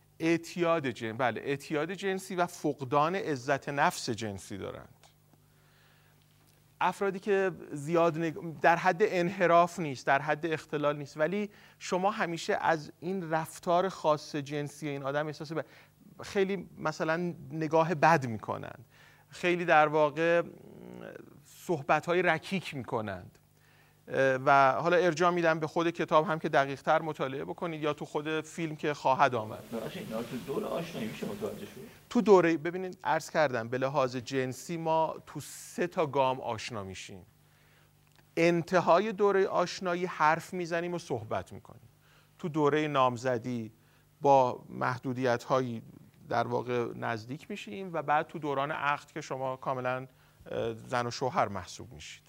اعتیاد جنسی و فقدان عزت نفس جنسی دارند، افرادی که زیاد در حد انحراف نیست، در حد اختلال نیست، ولی شما همیشه از این رفتار خاص جنسی این آدم احساس خیلی مثلا نگاه بد میکنند، خیلی در واقع صحبت‌های رکیک میکنند. و حالا ارجاع میدم به خود کتاب هم که دقیق تر مطالعه بکنید، یا تو خود فیلم که خواهد آمد. اینا تو دوره آشنایی میشه متوجه شد. تو دوره، ببینید عرض کردم به لحاظ جنسی ما تو 3 تا گام آشنا میشیم. انتهای دوره آشنایی حرف میزنیم و صحبت میکنیم. تو دوره نامزدی با محدودیت‌هایی در واقع نزدیک میشیم و بعد تو دوران عقد که شما کاملا زن و شوهر محسوب میشید.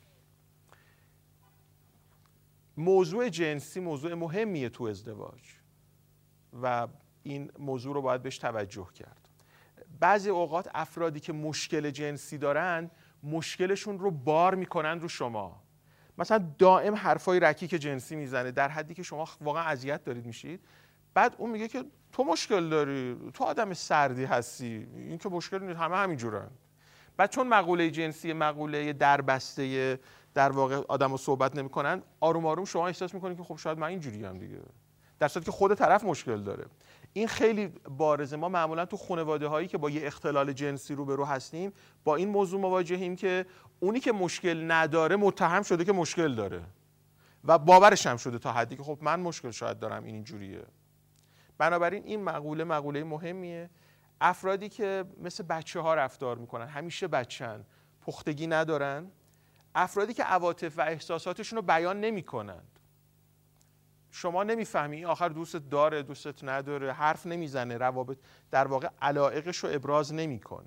موضوع جنسی موضوع مهمیه تو ازدواج و این موضوع رو باید بهش توجه کرد. بعضی اوقات افرادی که مشکل جنسی دارن مشکلشون رو بار میکنن رو شما. مثلا دائم حرفای رکیک جنسی میزنه در حدی که شما واقعا اذیت دارید میشید. بعد اون میگه که تو مشکل داری، تو آدم سردی هستی، این که مشکل نیست، همه همینجورن. بعد چون مقوله جنسی مقوله دربسته در واقع آدمو صحبت نمی‌کنن، آروم آروم شما احساس می‌کنید که خب شاید من اینجوری هم دیگه، در صورتی که خود طرف مشکل داره. این خیلی بارزه. ما معمولا تو خانواده‌هایی که با یه اختلال جنسی روبرو هستیم با این موضوع مواجهیم که اونی که مشکل نداره متهم شده که مشکل داره و باورش هم شده تا حدی که خب من مشکل شاید دارم، این اینجوریه. بنابراین این مقوله مهمیه. افرادی که مثل بچه ها رفتار میکنن، همیشه بچه‌ن، پختگی ندارن، افرادی که عواطف و احساساتشون رو بیان نمیکنند. شما نمیفهمی آخر دوستت داره، دوستت نداره، حرف نمیزنه، روابط در واقع علایقش رو ابراز نمیکنه.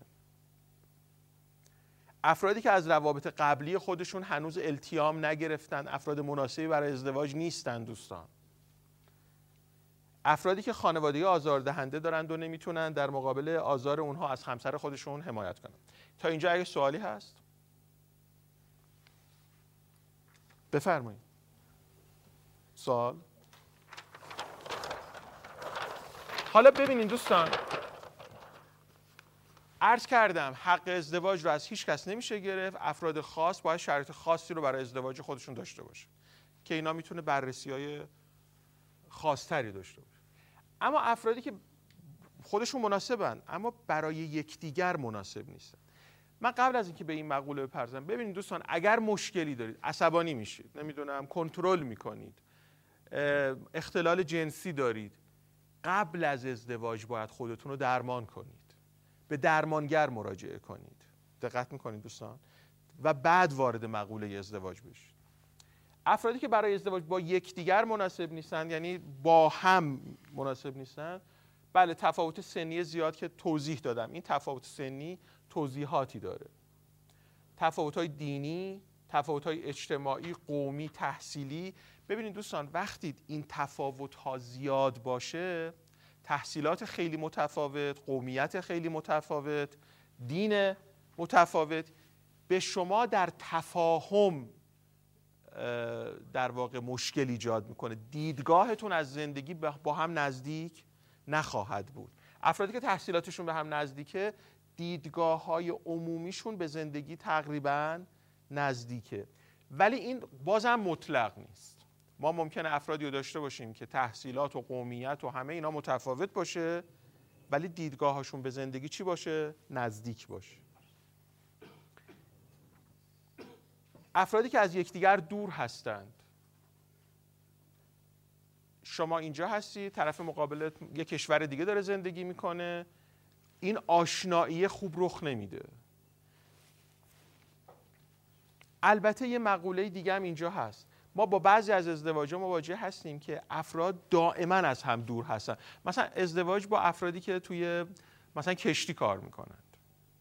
افرادی که از روابط قبلی خودشون هنوز التیام نگرفتن، افراد مناسبی برای ازدواج نیستن دوستان. افرادی که خانوادگی آزاردهنده دارند و نمیتونن در مقابل آزار اونها از همسر خودشون حمایت کنن. تا اینجا اگه سوالی هست بفرمایید. سوال؟ حالا ببینید دوستان، عرض کردم حق ازدواج رو از هیچ کس نمیشه گرفت. افراد خاص باید شرایط خاصی رو برای ازدواج خودشون داشته باشه که اینا میتونه بررسی‌های خاص‌تری داشته باشه. اما افرادی که خودشون مناسبن اما برای یکدیگر مناسب نیستن. من قبل از اینکه به این مقوله بپردازم، ببینید دوستان، اگر مشکلی دارید، عصبانی میشید، نمیدونم کنترل میکنید، اختلال جنسی دارید، قبل از ازدواج باید خودتون رو درمان کنید، به درمانگر مراجعه کنید. دقت میکنید دوستان؟ و بعد وارد مقوله ازدواج بشید. افرادی که برای ازدواج با یکدیگر مناسب نیستن، یعنی با هم مناسب نیستن، بله تفاوت سنی زیاد که توضیح دادم، این تفاوت سنی توضیحاتی داره. تفاوت‌های دینی، تفاوت‌های اجتماعی، قومی، تحصیلی. ببینید دوستان، وقتی این تفاوت‌ها زیاد باشه، تحصیلات خیلی متفاوت، قومیت خیلی متفاوت، دین متفاوت، به شما در تفاهم در واقع مشکل ایجاد میکنه. دیدگاهتون از زندگی با هم نزدیک نخواهد بود. افرادی که تحصیلاتشون به هم نزدیکه، دیدگاه‌های عمومیشون به زندگی تقریباً نزدیکه، ولی این بازم مطلق نیست. ما ممکنه افرادی رو داشته باشیم که تحصیلات و قومیت و همه اینا متفاوت باشه، ولی دیدگاه‌هاشون به زندگی چی باشه؟ نزدیک باشه. افرادی که از یکدیگر دور هستند، شما اینجا هستی، طرف مقابل یک کشور دیگه داره زندگی میکنه، این آشنایی خوب رخ نمیده. البته یه مقوله دیگه هم اینجا هست، ما با بعضی از ازدواج‌ها مواجه هستیم که افراد دائما از هم دور هستن. مثلا ازدواج با افرادی که توی مثلا کشتی کار میکنند،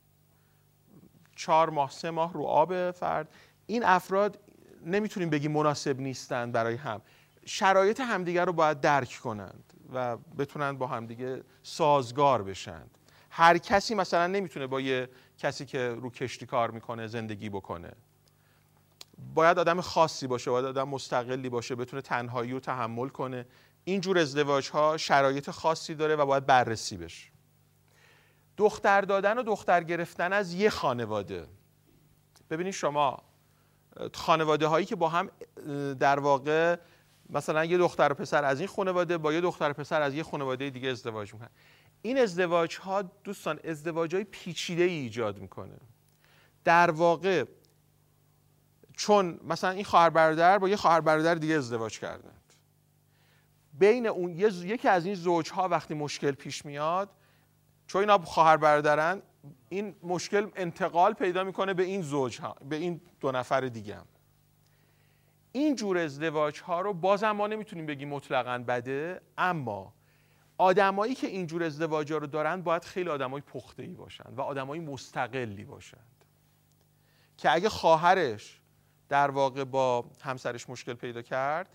4 ماه 3 ماه رو آب فرد، این افراد نمیتونیم بگیم مناسب نیستن برای هم. شرایط همدیگر رو باید درک کنند و بتونن با همدیگه سازگار بشند. هر کسی مثلا نمیتونه با یه کسی که رو کشتی کار میکنه زندگی بکنه. باید آدم خاصی باشه، باید آدم مستقلی باشه، بتونه تنهایی رو تحمل کنه. اینجور ازدواج ها شرایط خاصی داره و باید بررسی بشه. دختر دادن و دختر گرفتن از یه خانواده. ببینید شما خانواده هایی که با هم در واقع مثلا یه دختر و پسر از این خانواده با یه دختر و پسر از یه خانواده دیگه ازدواج میکنن، این ازدواج ها دوستان ازدواج های پیچیده ای ایجاد میکنه. در واقع چون مثلا این خواهر برادر با یه خواهر برادر دیگه ازدواج کردند، بین اون یکی از این زوجها وقتی مشکل پیش میاد، چون اینا خواهر برادرن، این مشکل انتقال پیدا میکنه به این زوجها، به این 2 نفر دیگه هم. این جور ازدواج ها رو بازم ما نمیتونیم بگیم مطلقاً بده، اما آدمایی که این جور ازدواج ها رو دارن باید خیلی آدمای پخته‌ای باشن و آدمای مستقلی باشند که اگه خواهرش در واقع با همسرش مشکل پیدا کرد،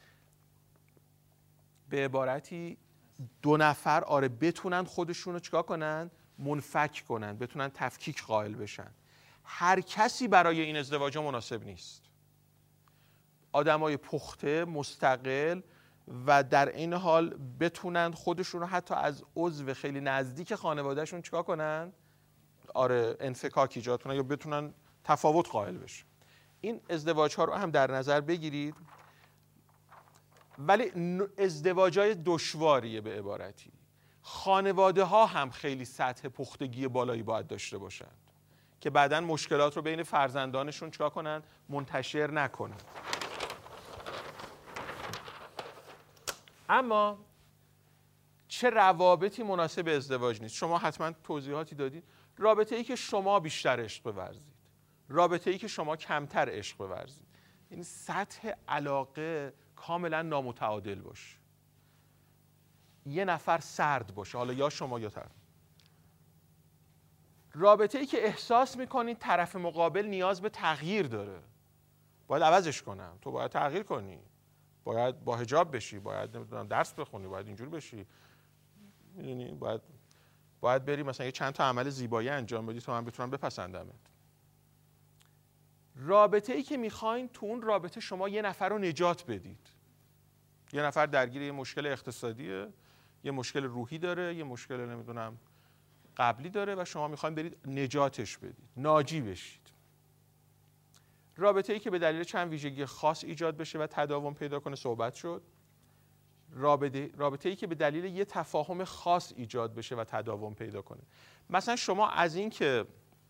به عبارتی 2 نفر بتونن خودشون رو چیکار کنن؟ منفک کنن، بتونن تفکیک قائل بشن. هر کسی برای این ازدواج ها مناسب نیست. آدمای پخته، مستقل و در این حال بتونن خودشون رو حتی از عضو خیلی نزدیک خانوادهشون چیکار کنن؟ انفکاک ایجاد کنن یا بتونن تفاوت قائل بشن. این ازدواج ها رو هم در نظر بگیرید. ولی ازدواج های دشواریه به عبارتی. خانواده ها هم خیلی سطح پختگی بالایی باید داشته باشند که بعداً مشکلات رو بین فرزندانشون چیکار کنن؟ منتشر نکنن. اما چه روابطی مناسب ازدواج نیست. شما حتما توضیحاتی دادید. رابطه‌ای که شما بیشتر عشق بورزید، رابطه‌ای که شما کمتر عشق بورزید، این سطح علاقه کاملا نامتعادل باشه. یه نفر سرد باشه، حالا یا شما یا طرف. رابطه‌ای که احساس می‌کنید طرف مقابل نیاز به تغییر داره، باید عوضش کنم، تو باید تغییر کنی، باید با حجاب بشی، باید نمیدونم درس بخونی، باید اینجور بشی، میدونی، باید بری مثلا یه چند تا عمل زیبایی انجام بدی تا من بتونم بپسندمت. رابطه‌ای که می‌خواین تو اون رابطه شما یه نفر رو نجات بدید. یه نفر درگیر یه مشکل اقتصادیه، یه مشکل روحی داره، یه مشکل نمیدونم قبلی داره و شما می‌خواید برید نجاتش بدید، ناجی بشید. رابطه‌ای که به دلیل چند ویژگی خاص ایجاد بشه و تداوم پیدا کنه صحبت شد. رابطه‌ای که به دلیل یه تفاهم خاص ایجاد بشه و تداوم پیدا کنه. مثلا شما از این که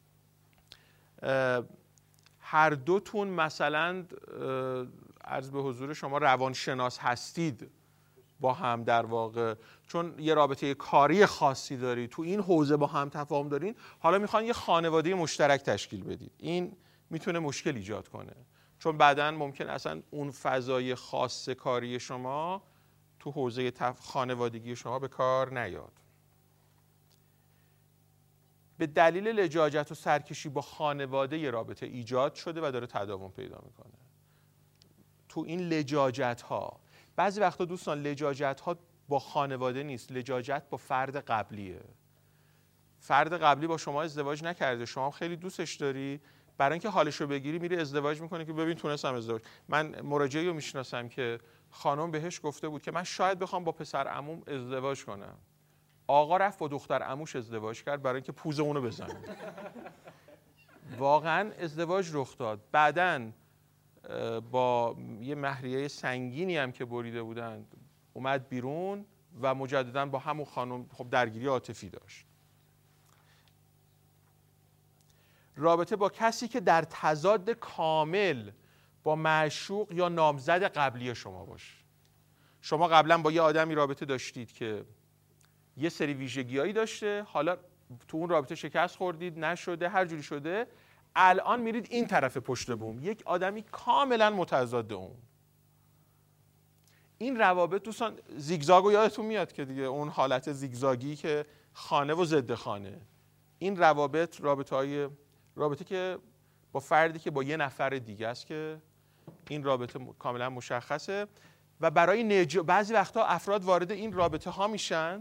هر دوتون مثلا عرض به حضور شما روانشناس هستید با هم، در واقع چون یه رابطه کاری خاصی دارید، تو این حوزه با هم تفاهم دارین، حالا میخوان یه خانواده مشترک تشکیل بدید، این میتونه مشکل ایجاد کنه، چون بعداً ممکن اصلا اون فضای خاص کاری شما تو حوزه خانوادگی شما به کار نیاد. به دلیل لجاجت و سرکشی با خانواده یه رابطه ایجاد شده و داره تداوم پیدا میکنه. تو این لجاجت ها بعضی وقتا دوستان لجاجت ها با خانواده نیست، لجاجت با فرد قبلیه. فرد قبلی با شما ازدواج نکرده، شما خیلی دوستش داری، برای اینکه حالشو بگیری میری ازدواج میکنه که ببین تونستم ازدواج. من مراجعی رو میشناسم که خانم بهش گفته بود که من شاید بخوام با پسر عموم ازدواج کنم. آقا رفت با دختر عموش ازدواج کرد برای اینکه پوز اونو بزنه. واقعا ازدواج رخ داد. بعدن با یه مهریه سنگینی هم که بریده بودن اومد بیرون و مجددا با همون خانم خب درگیری عاطفی داشت. رابطه با کسی که در تضاد کامل با معشوق یا نامزد قبلی شما باشه. شما قبلا با یه آدمی رابطه داشتید که یه سری ویژگی‌هایی داشته، حالا تو اون رابطه شکست خوردید، نشده، هر جوری شده، الان میرید این طرف پشت بوم، یک آدمی کاملا متضاد اون. این روابط دوستان زیگزاگو یادتون میاد که دیگه اون حالت زیگزاگی که خانه و ضد خانه. این رابطه که با فردی که با یه نفر دیگه است که این رابطه کاملا مشخصه و برای بعضی وقتا افراد وارد این رابطه ها میشن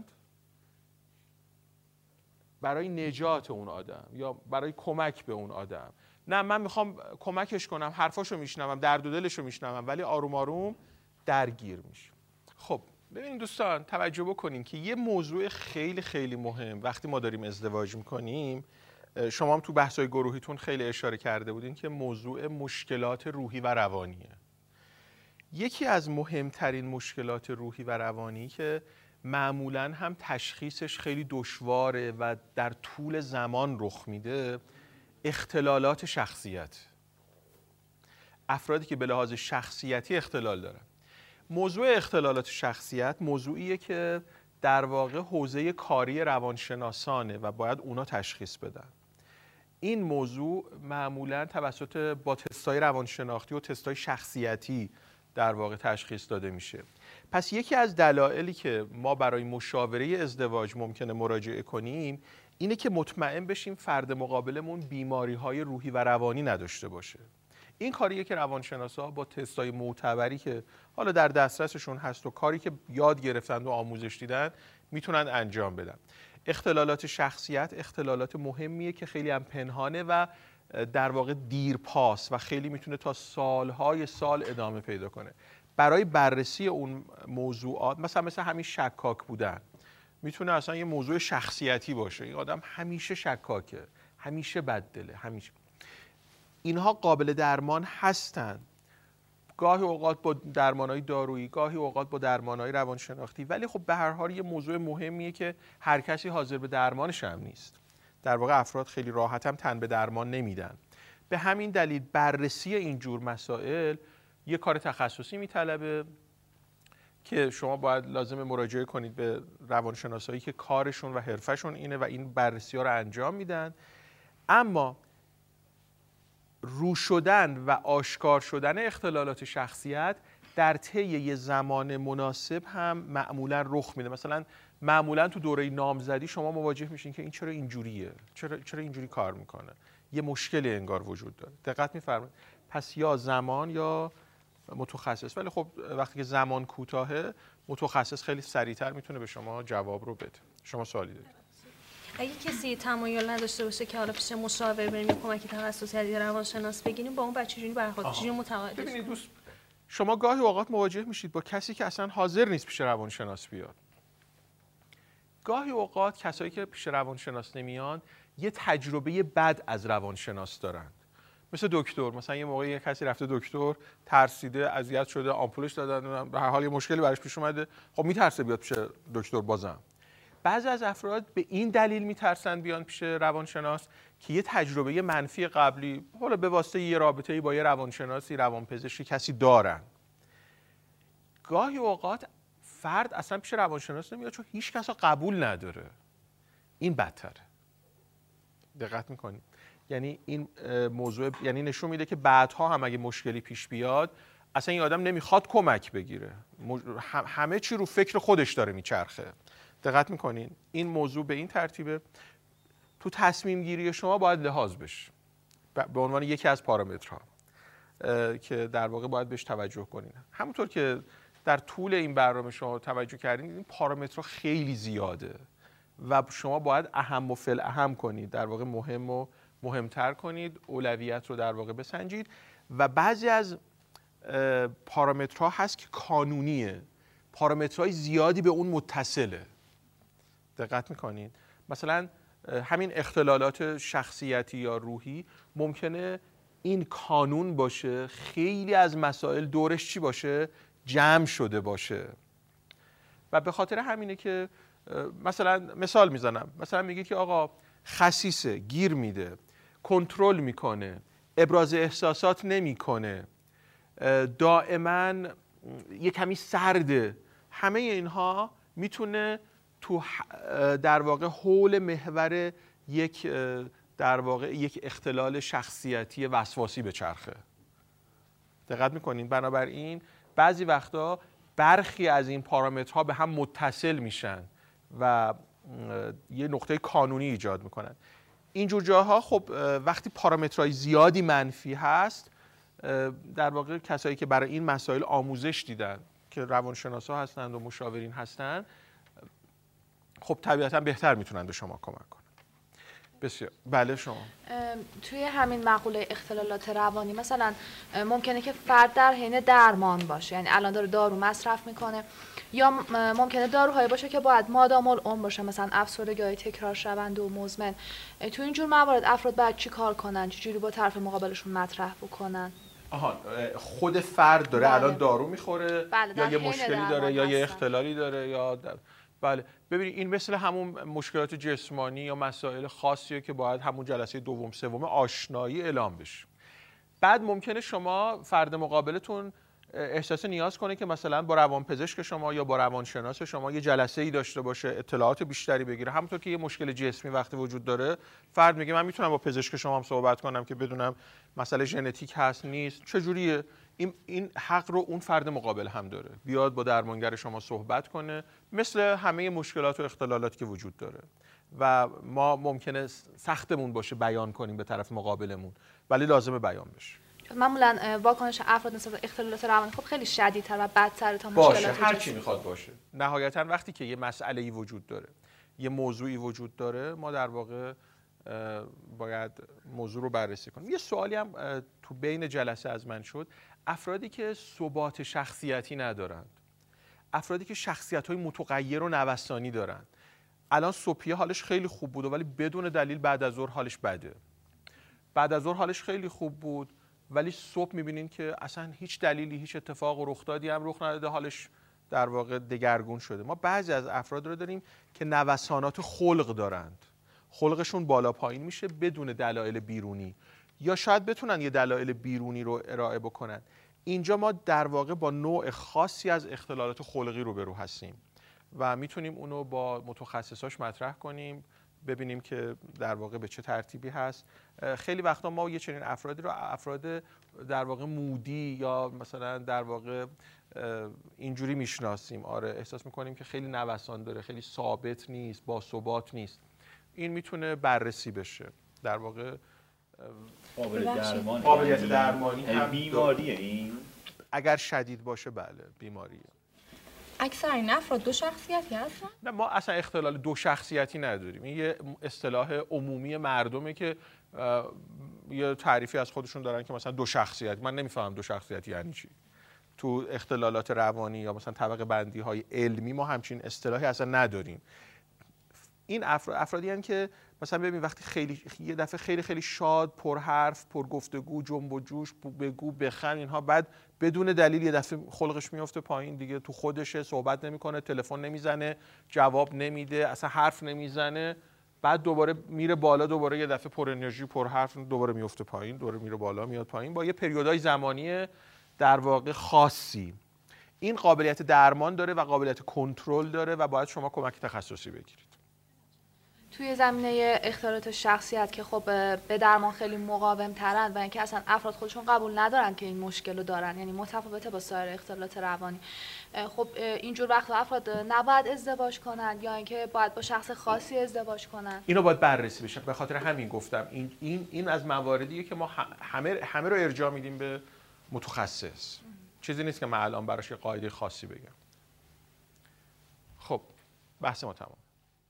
برای نجات اون آدم یا برای کمک به اون آدم. نه من میخوام کمکش کنم، حرفاشو میشنوم، درد و دلشو میشنوم، ولی آروم آروم درگیر میشه. خب ببینید دوستان توجه بکنین که یه موضوع خیلی خیلی مهم وقتی ما داریم ازدواج میکنیم، شما هم تو بحث‌های گروهیتون خیلی اشاره کرده بودین که موضوع مشکلات روحی و روانیه. یکی از مهمترین مشکلات روحی و روانی که معمولاً هم تشخیصش خیلی دشواره و در طول زمان رخ میده، اختلالات شخصیت. افرادی که به لحاظ شخصیتی اختلال دارن. موضوع اختلالات شخصیت موضوعیه که در واقع حوزه کاری روانشناسانه و باید اونا تشخیص بدن. این موضوع معمولاً توسط با تستای روانشناختی و تستای شخصیتی در واقع تشخیص داده میشه. پس یکی از دلایلی که ما برای مشاوره ازدواج ممکنه مراجعه کنیم اینه که مطمئن بشیم فرد مقابلمون بیماری‌های روحی و روانی نداشته باشه. این کاریه که روانشناسا با تستای معتبری که حالا در دسترسشون هست و کاری که یاد گرفتن و آموزش دیدن میتونن انجام بدن. اختلالات شخصیت اختلالات مهمیه که خیلی هم پنهانه و در واقع دیرپاس و خیلی میتونه تا سالهای سال ادامه پیدا کنه. برای بررسی اون موضوعات مثل همین شکاک بودن میتونه اصلا یه موضوع شخصیتی باشه. این آدم همیشه شکاکه، همیشه بددله، همیشه. اینها قابل درمان هستن، گاهی اوقات با درمانهای دارویی، گاهی اوقات با درمانهای روانشناختی، ولی خب به هر حال یه موضوع مهمیه که هر کسی حاضر به درمانش هم نیست. در واقع افراد خیلی راحت هم تن به درمان نمیدن. به همین دلیل بررسی اینجور مسائل یه کار تخصصی میطلبه که شما باید لازم مراجعه کنید به روانشناسایی که کارشون و حرفشون اینه و این بررسی‌ها رو انجام میدن. اما رو شدن و آشکار شدن اختلالات شخصیت در طی یه زمان مناسب هم معمولا رخ میده. مثلا معمولا تو دوره نامزدی شما مواجه میشین که این چرا اینجوریه، چرا اینجوری کار میکنه، یه مشکلی انگار وجود داره. دقت میفرمایید؟ پس یا زمان یا متخصص. ولی خب وقتی که زمان کوتاهه، متخصص خیلی سریعتر میتونه به شما جواب رو بده. شما سوالی دارید؟ اگه کسی تمایل نداشته باشه که حالا پیش مشاور بریم کمک تخصصی یا روانشناس بگیریم، با اون بچه جوری برخورد چجوری متقاعدش کنیم؟ ببینید دوست، شما گاهی اوقات مواجه میشید با کسی که اصلا حاضر نیست پیش روانشناس بیاد. گاهی اوقات کسایی که پیش روانشناس نمیان یه تجربه بد از روانشناس دارن. مثل دکتر، مثلا یه موقعی یه کسی رفته دکتر، ترسیده، اذیت شده، آمپولش دادن، به هر حال یه مشکلی براش پیش اومده، خب میترسه بیاد پیش دکتر. بازم بعضی از افراد به این دلیل میترسن بیان پیش روانشناس که یه تجربه منفی قبلی حالا به واسطه یه رابطه‌ای با یه روانشناسی، روانپزشکی کسی دارن. گاهی اوقات فرد اصلا پیش روانشناس نمیاد چون هیچ کس قبول نداره. این بدتره. دقت میکنید؟ یعنی این موضوع یعنی نشون میده که بعدها هم اگه مشکلی پیش بیاد اصلا این آدم نمیخواد کمک بگیره، همه چی رو فکر خودش داره میچرخه. دقت میکنین؟ این موضوع به این ترتیبه. تو تصمیم گیری شما باید لحاظ بشه به عنوان یکی از پارامترها که در واقع باید بهش توجه کنین. همونطور که در طول این برنامه شما توجه کردین، این پارامترها خیلی زیاده و شما باید اهم و فالاهم کنید، در واقع مهم و مهمتر کنید، اولویت رو در واقع بسنجید. و بعضی از پارامترها هست که قانونیه، پارامترهای زیادی به اون متصله. دقت میکنید؟ مثلا همین اختلالات شخصیتی یا روحی ممکنه این کانون باشه، خیلی از مسائل دورش چی باشه؟ جمع شده باشه. و به خاطر همینه که مثلا مثال میزنم، مثلا میگید که آقا خسیسه، گیر میده، کنترل میکنه، ابراز احساسات نمیکنه، دائما یه کمی سرده. همه اینها میتونه تو در واقع حول محور یک در واقع یک اختلال شخصیتی وسواسی بچرخه. دقت میکنین؟ بنابراین بعضی وقتا برخی از این پارامترها به هم متصل میشن و یه نقطه کانونی ایجاد میکنن. اینجور جاها خب وقتی پارامترهای زیادی منفی هست، در واقع کسایی که برای این مسائل آموزش دیدن که روانشناسا هستند و مشاورین هستند، خب طبیعتا بهتر میتونن به شما کمک کنن. بسیار. بله شما توی همین مقوله اختلالات روانی مثلا ممکنه که فرد در حین درمان باشه، یعنی الان داره دارو مصرف میکنه، یا ممکنه داروهایی باشه که باید مادام العمر باشه، مثلا افسردگی تکرار شونده و مزمن. تو اینجور موارد افراد باید چی کار کنن؟ چجوری با طرف مقابلشون مطرح بکنن؟ خود فرد داره الان دارو میخوره، یا یه مشکلی داره یا یه اختلالی داره یا بله. ببینید این مثل همون مشکلات جسمانی یا مسائل خاصیه که باید همون جلسه دوم سوم آشنایی اعلام بشه. بعد ممکنه شما فرد مقابلتون احساس نیاز کنه که مثلا با روانپزشک شما یا با روانشناس شما یه جلسه‌ای داشته باشه، اطلاعات بیشتری بگیره. همونطور که یه مشکل جسمی وقتی وجود داره، فرد میگه من میتونم با پزشک شما هم صحبت کنم که بدونم مسئله ژنتیک هست نیست، چجوریه. این حق رو اون فرد مقابل هم داره، بیاد با درمانگر شما صحبت کنه، مثل همه مشکلات و اختلالاتی که وجود داره. و ما ممکنه سختمون باشه بیان کنیم به طرف مقابلمون، ولی لازمه بیان بشه. معمولا واکنش افراد نسبت به اختلالات روانی خب خیلی شدیدتر و بدتر تا مشکلات باشه، هر چی میخواد باشه. نهایتا وقتی که یه مسئله‌ای وجود داره، یه موضوعی وجود داره، ما در واقع باید موضوع رو بررسی کنیم. یه سوالی هم تو بین جلسه از من شد، افرادی که ثبات شخصیتی ندارند، افرادی که شخصیت‌های متغیر و نوسانی دارند. الان صبحیه حالش خیلی خوب بود ولی بدون دلیل بعد از ظهر حالش بده. بعد از ظهر حالش خیلی خوب بود ولی صبح می‌بینین که اصلا هیچ دلیلی، هیچ اتفاق و رخدادی هم رخ نداده، حالش در واقع دگرگون شده. ما بعضی از افراد رو داریم که نوسانات خلق دارند. خلقشون بالا پایین میشه بدون دلایل بیرونی، یا شاید بتونن یه دلایل بیرونی رو ارائه بکنن. اینجا ما در واقع با نوع خاصی از اختلالات خلقی روبرو هستیم و میتونیم اونو با متخصصاش مطرح کنیم، ببینیم که در واقع به چه ترتیبی هست. خیلی وقتا ما یه چنین افرادی رو افراد در واقع مودی یا مثلا در واقع اینجوری میشناسیم. آره، احساس میکنیم که خیلی نوسان داره، خیلی ثابت نیست، با ثبات نیست. این میتونه بررسی بشه. در واقع قابلیت درمانی هم بیماریه این؟ اگر شدید باشه بله بیماریه. اکثر این افراد دو شخصیتی هستن؟ نه، ما اصلا اختلال دو شخصیتی نداریم. این یه اصطلاح عمومی مردمه که یه تعریفی از خودشون دارن که مثلا دو شخصیت. من نمیفهمم دو شخصیتی یعنی چی. تو اختلالات روانی یا مثلا طبقه بندی های علمی ما همچین اصطلاحی اصلا نداریم. این افرادی هستن که مثلا ببین وقتی یه دفعه خیلی شاد، پرحرف، پرگفتگو، جنب و جوش، بگو بخند، اینها بعد بدون دلیل یه دفعه خلقش میفته پایین، دیگه تو خودشه، صحبت نمیکنه، تلفن نمیزنه، جواب نمیده، اصلا حرف نمیزنه، بعد دوباره میره بالا، دوباره یه دفعه پر انرژی، پرحرف، دوباره میفته پایین، دوباره میره بالا، میاد پایین، با یه پریودهای زمانی در واقع خاصی. این قابلیت درمان داره و قابلیت کنترل داره و باید شما کمک تخصصی بگیرید. توی زمینه اختلالات شخصیت که خب به درمان خیلی مقاوم ترن و اینکه اصلا افراد خودشون قبول ندارن که این مشکل رو دارن، یعنی متفاوته با سایر اختلالات روانی. خب اینجور وقتا افراد نباید ازدواج کنن یا اینکه باید با شخص خاصی ازدواج کنن؟ اینو باید بررسی بشه. به خاطر همین گفتم این از مواردیه که ما همه رو ارجاع میدیم به متخصص. چیزی نیست که من الان براش یه قاعده خاصی بگم. خب بحث ما تمام.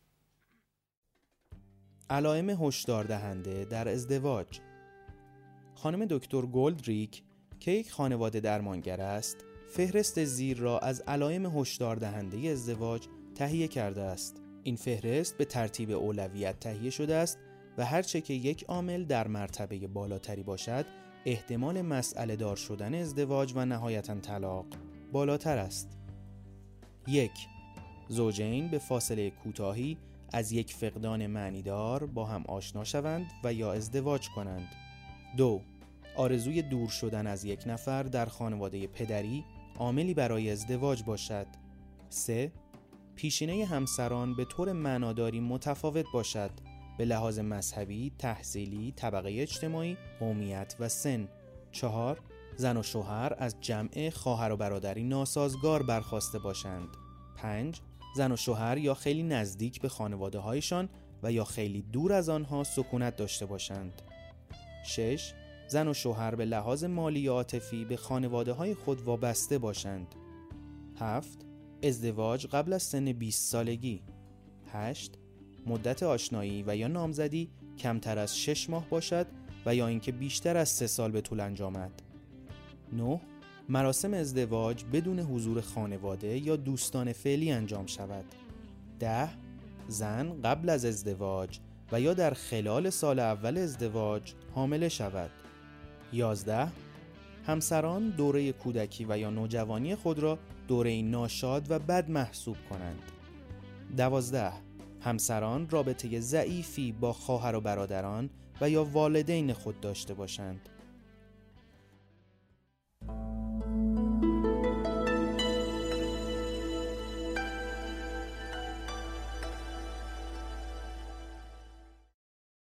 علائم هشدار دهنده در ازدواج. خانم دکتر گلدریک که یک خانواده درمانگر است، فهرست زیر را از علائم هشدار دهنده ازدواج تهیه کرده است. این فهرست به ترتیب اولویت تهیه شده است و هرچه که یک عامل در مرتبه بالاتری باشد، احتمال مسئله دار شدن ازدواج و نهایتاً طلاق بالاتر است. 1. زوجین به فاصله کوتاهی از یک فقدان معنیدار با هم آشنا شوند و یا ازدواج کنند. 2. آرزوی دور شدن از یک نفر در خانواده پدری عاملی برای ازدواج باشد. 3. پیشینه همسران به طور معناداری متفاوت باشد به لحاظ مذهبی، تحصیلی، طبقه اجتماعی، قومیت و سن. 4. زن و شوهر از جمع خواهر و برادری ناسازگار برخاسته باشند. 5. زن و شوهر یا خیلی نزدیک به خانواده هایشان و یا خیلی دور از آنها سکونت داشته باشند. 6. زن و شوهر به لحاظ مالی یا عاطفی به خانواده های خود وابسته باشند. 7. ازدواج قبل از سن 20 سالگی. 8. مدت آشنایی و یا نامزدی کمتر از 6 ماه باشد و یا اینکه بیشتر از 3 سال به طول انجامد. 9. مراسم ازدواج بدون حضور خانواده یا دوستان فعلی انجام شود. 10. زن قبل از ازدواج و یا در خلال سال اول ازدواج حامله شود. 11. همسران دوره کودکی و یا نوجوانی خود را دوره ناشاد و بد محسوب کنند. 12. همسران رابطه ضعیفی با خواهر و برادران و یا والدین خود داشته باشند.